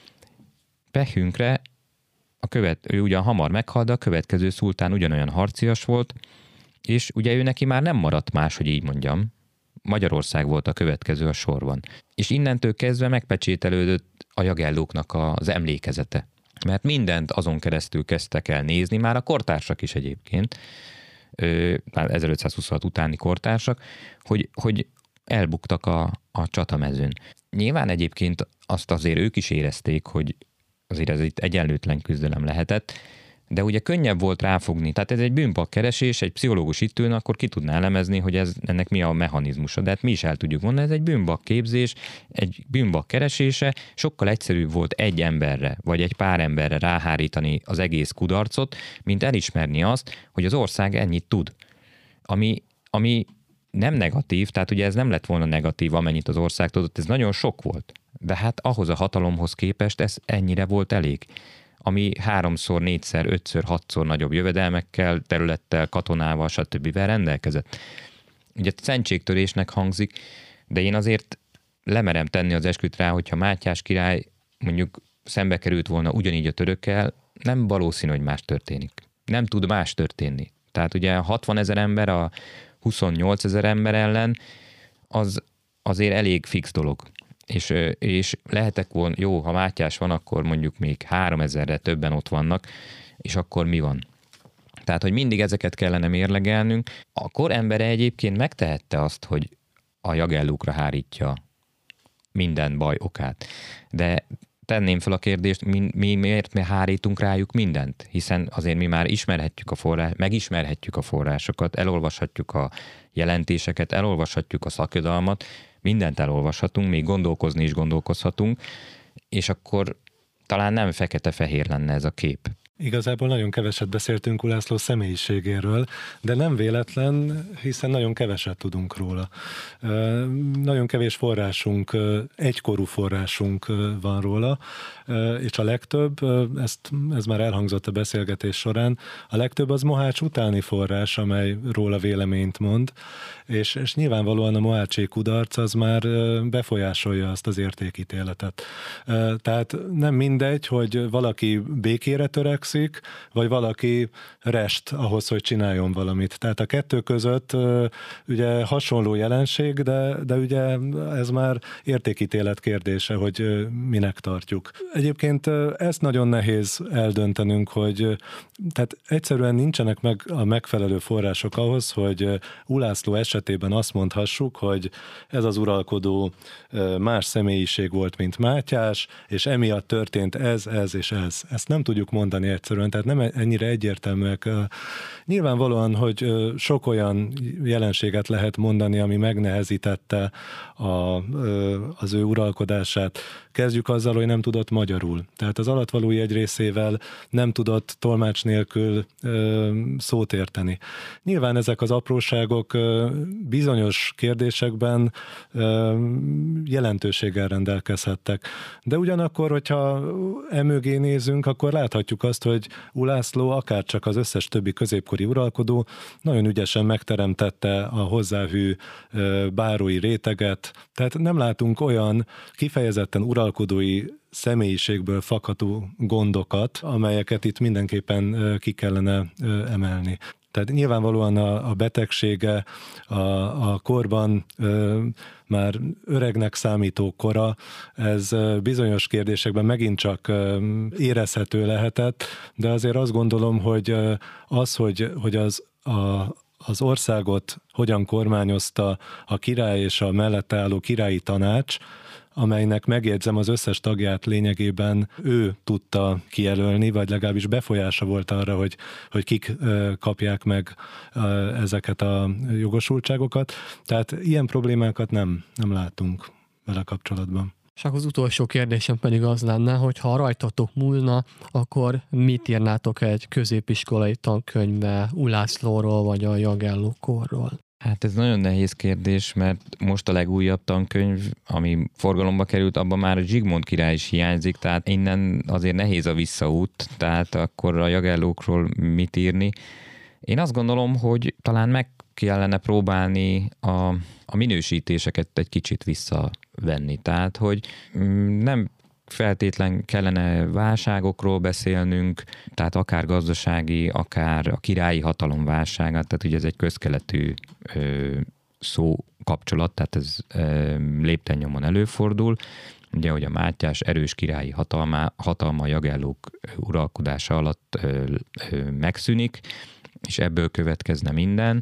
Pehünkre a követ, ő ugyan hamar meghalt, de a következő szultán ugyanolyan harcias volt, és ugye ő neki már nem maradt más, hogy így mondjam. Magyarország volt a következő a sorban. És innentől kezdve megpecsételődött a jagellóknak az emlékezete. Mert mindent azon keresztül kezdtek el nézni, már a kortársak is egyébként, ezerötszázhuszonhat utáni kortársak, hogy, hogy elbuktak a, a csatamezőn. Nyilván egyébként azt azért ők is érezték, hogy azért ez itt egyenlőtlen küzdelem lehetett, de ugye könnyebb volt ráfogni. Tehát ez egy bűnbakkeresés, egy pszichológus itt ülne, akkor ki tudná elemezni, hogy ez, ennek mi a mechanizmusa. De hát mi is el tudjuk mondani, ez egy bűnbakképzés, egy bűnbakkeresése, sokkal egyszerűbb volt egy emberre, vagy egy pár emberre ráhárítani az egész kudarcot, mint elismerni azt, hogy az ország ennyit tud. Ami, ami nem negatív, tehát ugye ez nem lett volna negatív, amennyit az ország tudott, ez nagyon sok volt. De hát ahhoz a hatalomhoz képest ez ennyire volt elég. ami háromszor, négyszer, ötször, hatszor nagyobb jövedelmekkel, területtel, katonával, stb. Rendelkezett. Ugye szentségtörésnek hangzik, de én azért lemerem tenni az esküt rá, hogyha Mátyás király mondjuk szembe került volna ugyanígy a törökkel, nem valószínű, hogy más történik. Nem tud más történni. Tehát ugye hatvanezer ember a huszonnyolcezer ember ellen, az azért elég fix dolog. És, és lehetek volna, jó, ha Mátyás van, akkor mondjuk még háromezerre többen ott vannak, és akkor mi van? Tehát, hogy mindig ezeket kellene mérlegelnünk. A kor embere egyébként megtehette azt, hogy a jagellókra hárítja minden baj okát. De tenném fel a kérdést, mi, mi miért mi hárítunk rájuk mindent? Hiszen azért mi már ismerhetjük a forrás, megismerhetjük a forrásokat, elolvashatjuk a jelentéseket, elolvashatjuk a szakirodalmat, mindent elolvashatunk, még gondolkozni is gondolkozhatunk, és akkor talán nem fekete-fehér lenne ez a kép. Igazából nagyon keveset beszéltünk Ulászló személyiségéről, de nem véletlen, hiszen nagyon keveset tudunk róla. Nagyon kevés forrásunk, egykorú forrásunk van róla, és a legtöbb, ezt, ez már elhangzott a beszélgetés során, a legtöbb az Mohács utáni forrás, amely róla véleményt mond, és, és nyilvánvalóan a mohácsi kudarc az már befolyásolja azt az értékítéletet. Tehát nem mindegy, hogy valaki békére törekszik, vagy valaki rest ahhoz, hogy csináljon valamit. Tehát a kettő között ugye hasonló jelenség, de, de ugye ez már értékítélet kérdése, hogy minek tartjuk. Egyébként ezt nagyon nehéz eldöntenünk, hogy tehát egyszerűen nincsenek meg a megfelelő források ahhoz, hogy Ulászló esetében azt mondhassuk, hogy ez az uralkodó más személyiség volt, mint Mátyás, és emiatt történt ez, ez és ez. Ezt nem tudjuk mondani egyszerűen, tehát nem ennyire egyértelműek. Nyilvánvalóan, hogy sok olyan jelenséget lehet mondani, ami megnehezítette a, az ő uralkodását. Kezdjük azzal, hogy nem tudott magyarul. Tehát az alatvalói egy részével nem tudott tolmács nélkül ö, szót érteni. Nyilván ezek az apróságok ö, bizonyos kérdésekben ö, jelentőséggel rendelkezhettek. De ugyanakkor, hogyha emögé nézünk, akkor láthatjuk azt, hogy Ulászló, akárcsak az összes többi középkori uralkodó nagyon ügyesen megteremtette a hozzáhű ö, bárói réteget. Tehát nem látunk olyan kifejezetten uralkodói személyiségből fakadó gondokat, amelyeket itt mindenképpen ki kellene emelni. Tehát nyilvánvalóan a, a betegsége, a, a korban ö, már öregnek számító kora, ez bizonyos kérdésekben megint csak ö, érezhető lehetett, de azért azt gondolom, hogy az, hogy, hogy az a az országot hogyan kormányozta a király és a mellette álló királyi tanács, amelynek megjegyzem az összes tagját lényegében ő tudta kijelölni, vagy legalábbis befolyása volt arra, hogy, hogy kik kapják meg ezeket a jogosultságokat. Tehát ilyen problémákat nem, nem látunk vele kapcsolatban. És akkor az utolsó kérdésem pedig az lenne, hogy ha rajtatok múlna, akkor mit írnátok egy középiskolai tankönyvbe Ulászlóról vagy a Jagellókorról? Hát ez nagyon nehéz kérdés, mert most a legújabb tankönyv, ami forgalomba került, abban már a Zsigmond király is hiányzik, tehát innen azért nehéz a visszaút, tehát akkor a Jagellókról mit írni. Én azt gondolom, hogy talán meg kellene próbálni a, a minősítéseket egy kicsit visszavenni. Tehát, hogy nem feltétlen kellene válságokról beszélnünk, tehát akár gazdasági, akár a királyi hatalom válságát, tehát ugye ez egy közkeletű ö, szó kapcsolat, tehát ez ö, lépten-nyomon előfordul. Ugye, hogy a Mátyás erős királyi hatalma, hatalma a Jagellók uralkodása alatt ö, ö, megszűnik, és ebből következne minden.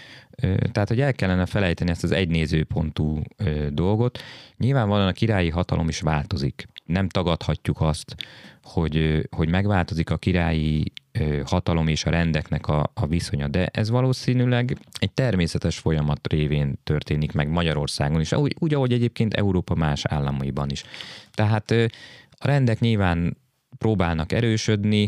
Tehát, hogy el kellene felejteni ezt az egynézőpontú dolgot. Nyilvánvalóan a királyi hatalom is változik. Nem tagadhatjuk azt, hogy, hogy megváltozik a királyi hatalom és a rendeknek a, a viszonya, de ez valószínűleg egy természetes folyamat révén történik meg Magyarországon is, úgy, úgy ahogy egyébként Európa más államaiban is. Tehát a rendek nyilván próbálnak erősödni,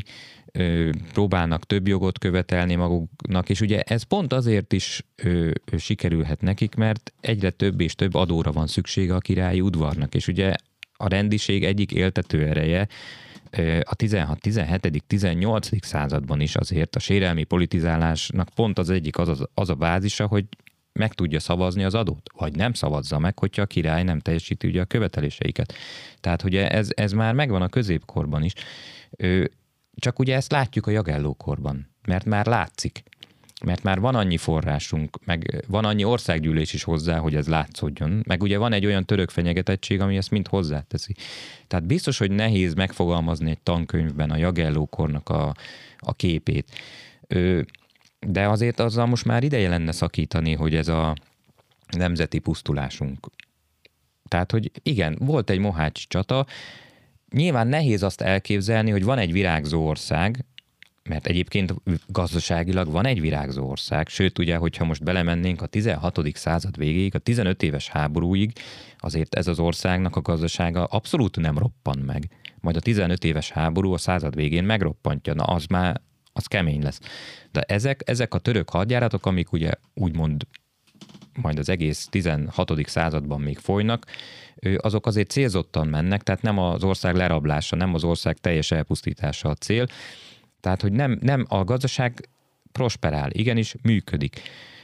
próbálnak több jogot követelni maguknak, és ugye ez pont azért is ö, ö, sikerülhet nekik, mert egyre több és több adóra van szüksége a királyi udvarnak, és ugye a rendiség egyik éltető ereje a tizenhat, tizenhetedik, tizennyolcadik században is azért a sérelmi politizálásnak pont az egyik az, az, az a bázisa, hogy meg tudja szavazni az adót, vagy nem szavazza meg, hogyha a király nem teljesíti ugye a követeléseiket. Tehát ugye ez, ez már megvan a középkorban is, csak ugye ezt látjuk a Jagellókorban, mert már látszik, mert már van annyi forrásunk, meg van annyi országgyűlés is hozzá, hogy ez látszódjon, meg ugye van egy olyan török fenyegetettség, ami ezt mind hozzáteszi. Tehát biztos, hogy nehéz megfogalmazni egy tankönyvben a Jagellókornak a, a képét. Ö, de azért azzal most már ideje lenne szakítani, hogy ez a nemzeti pusztulásunk. Tehát, hogy igen, volt egy mohácsi csata, nyilván nehéz azt elképzelni, hogy van egy virágzó ország, mert egyébként gazdaságilag van egy virágzó ország, sőt ugye, hogyha most belemennénk a tizenhatodik század végéig, a tizenöt éves háborúig, azért ez az országnak a gazdasága abszolút nem roppan meg. Majd a tizenöt éves háború a század végén megroppantja, na az már, az kemény lesz. De ezek, ezek a török hadjáratok, amik ugye úgymond majd az egész tizenhatodik században még folynak, azok azért célzottan mennek, tehát nem az ország lerablása, nem az ország teljes elpusztítása a cél, tehát, hogy nem, nem a gazdaság prosperál, igenis működik.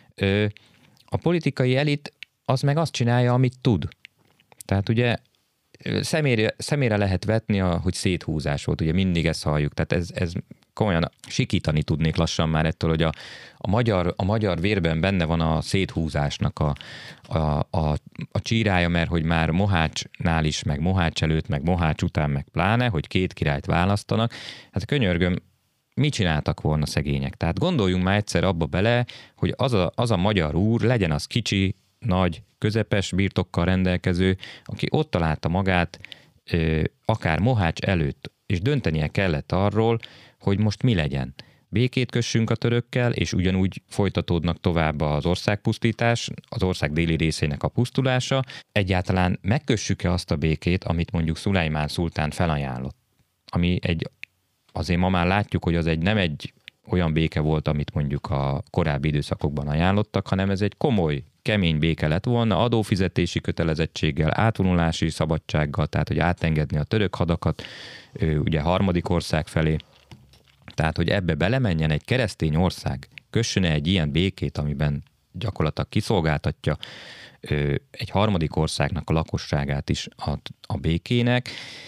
A politikai elit az meg azt csinálja, amit tud. Tehát ugye szemére, szemére lehet vetni, a, hogy széthúzás volt, ugye mindig ezt halljuk, tehát ez, ez komolyan sikítani tudnék lassan már ettől, hogy a, a, magyar, a magyar vérben benne van a széthúzásnak a, a, a, a csírája, mert hogy már Mohácsnál is, meg Mohács előtt, meg Mohács után, meg pláne, hogy két királyt választanak. Hát könyörgöm, mit csináltak volna szegények? Tehát gondoljunk már egyszer abba bele, hogy az a, az a magyar úr, legyen az kicsi, nagy, közepes birtokkal rendelkező, aki ott találta magát ö, akár Mohács előtt, és döntenie kellett arról, hogy most mi legyen. Békét kössünk a törökkel, és ugyanúgy folytatódnak tovább az országpusztítás, az ország déli részének a pusztulása. Egyáltalán megkössük-e azt a békét, amit mondjuk Szulajmán szultán felajánlott? Ami egy, azért ma már látjuk, hogy az egy nem egy olyan béke volt, amit mondjuk a korábbi időszakokban ajánlottak, hanem ez egy komoly, kemény béke lett volna, adófizetési kötelezettséggel, átvonulási szabadsággal, tehát hogy átengedni a török hadakat, ugye harmadik ország felé. Tehát, hogy ebbe belemenjen egy keresztény ország, kössön egy ilyen békét, amiben gyakorlatilag kiszolgáltatja egy harmadik országnak a lakosságát is a, a békének,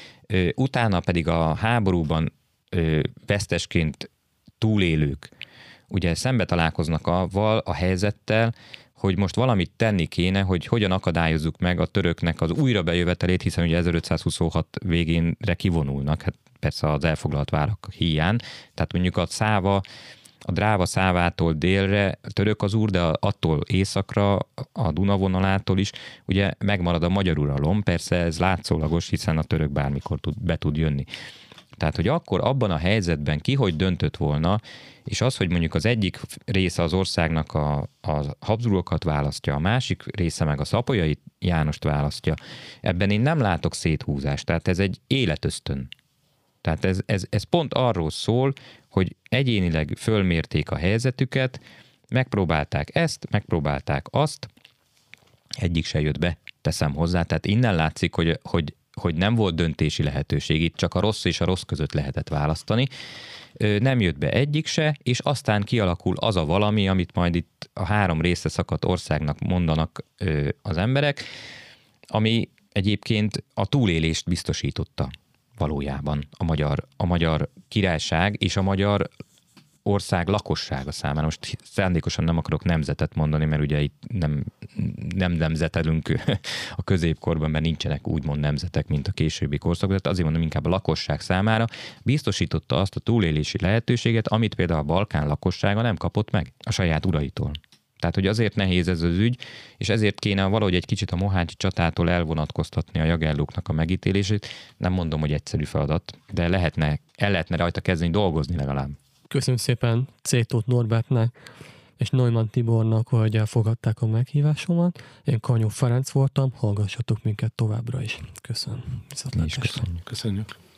utána pedig a háborúban vesztesként túlélők ugye szembe találkoznak avval a helyzettel, hogy most valamit tenni kéne, hogy hogyan akadályozzuk meg a töröknek az újra bejövetelét, hiszen ugye ezerötszázhuszonhat végénre kivonulnak, hát persze az elfoglalt várak híján, tehát mondjuk a Száva, a Dráva Szávától délre török az úr, de attól északra, a Duna vonalától is ugye megmarad a magyar uralom, persze ez látszólagos, hiszen a török bármikor tud, be tud jönni. Tehát, hogy akkor abban a helyzetben ki hogy döntött volna, és az, hogy mondjuk az egyik része az országnak a, a Habsburgokat választja, a másik része meg a Szapolyai Jánost választja, ebben én nem látok széthúzást, tehát ez egy életösztön. Tehát ez, ez, ez pont arról szól, hogy egyénileg fölmérték a helyzetüket, megpróbálták ezt, megpróbálták azt, egyik se jött be, teszem hozzá, tehát innen látszik, hogy, hogy hogy nem volt döntési lehetőség, itt csak a rossz és a rossz között lehetett választani. Nem jött be egyik se, és aztán kialakul az a valami, amit majd itt a három részre szakadt országnak mondanak az emberek, ami egyébként a túlélést biztosította valójában a magyar, a magyar királyság és a magyar ország lakossága számára. Most szándékosan nem akarok nemzetet mondani, mert ugye itt nem, nem nemzetelünk a középkorban, mert nincsenek úgymond nemzetek, mint a későbbi korszakban, tehát azért mondom inkább a lakosság számára biztosította azt a túlélési lehetőséget, amit például a Balkán lakossága nem kapott meg a saját uraitól. Tehát, hogy azért nehéz ez az ügy, és ezért kéne valahogy egy kicsit a mohácsi csatától elvonatkoztatni a Jagellóknak a megítélését. Nem mondom, hogy egyszerű feladat, de lehetne, el lehetne rajta kezdeni dolgozni legalább. Köszönöm szépen Cétóth Norbertnek és Neumann Tibornak, hogy elfogadták a meghívásomat. Én Kanyó Ferenc voltam, hallgassatok minket továbbra is. Köszönöm. Mi is köszönjük. Köszönjük.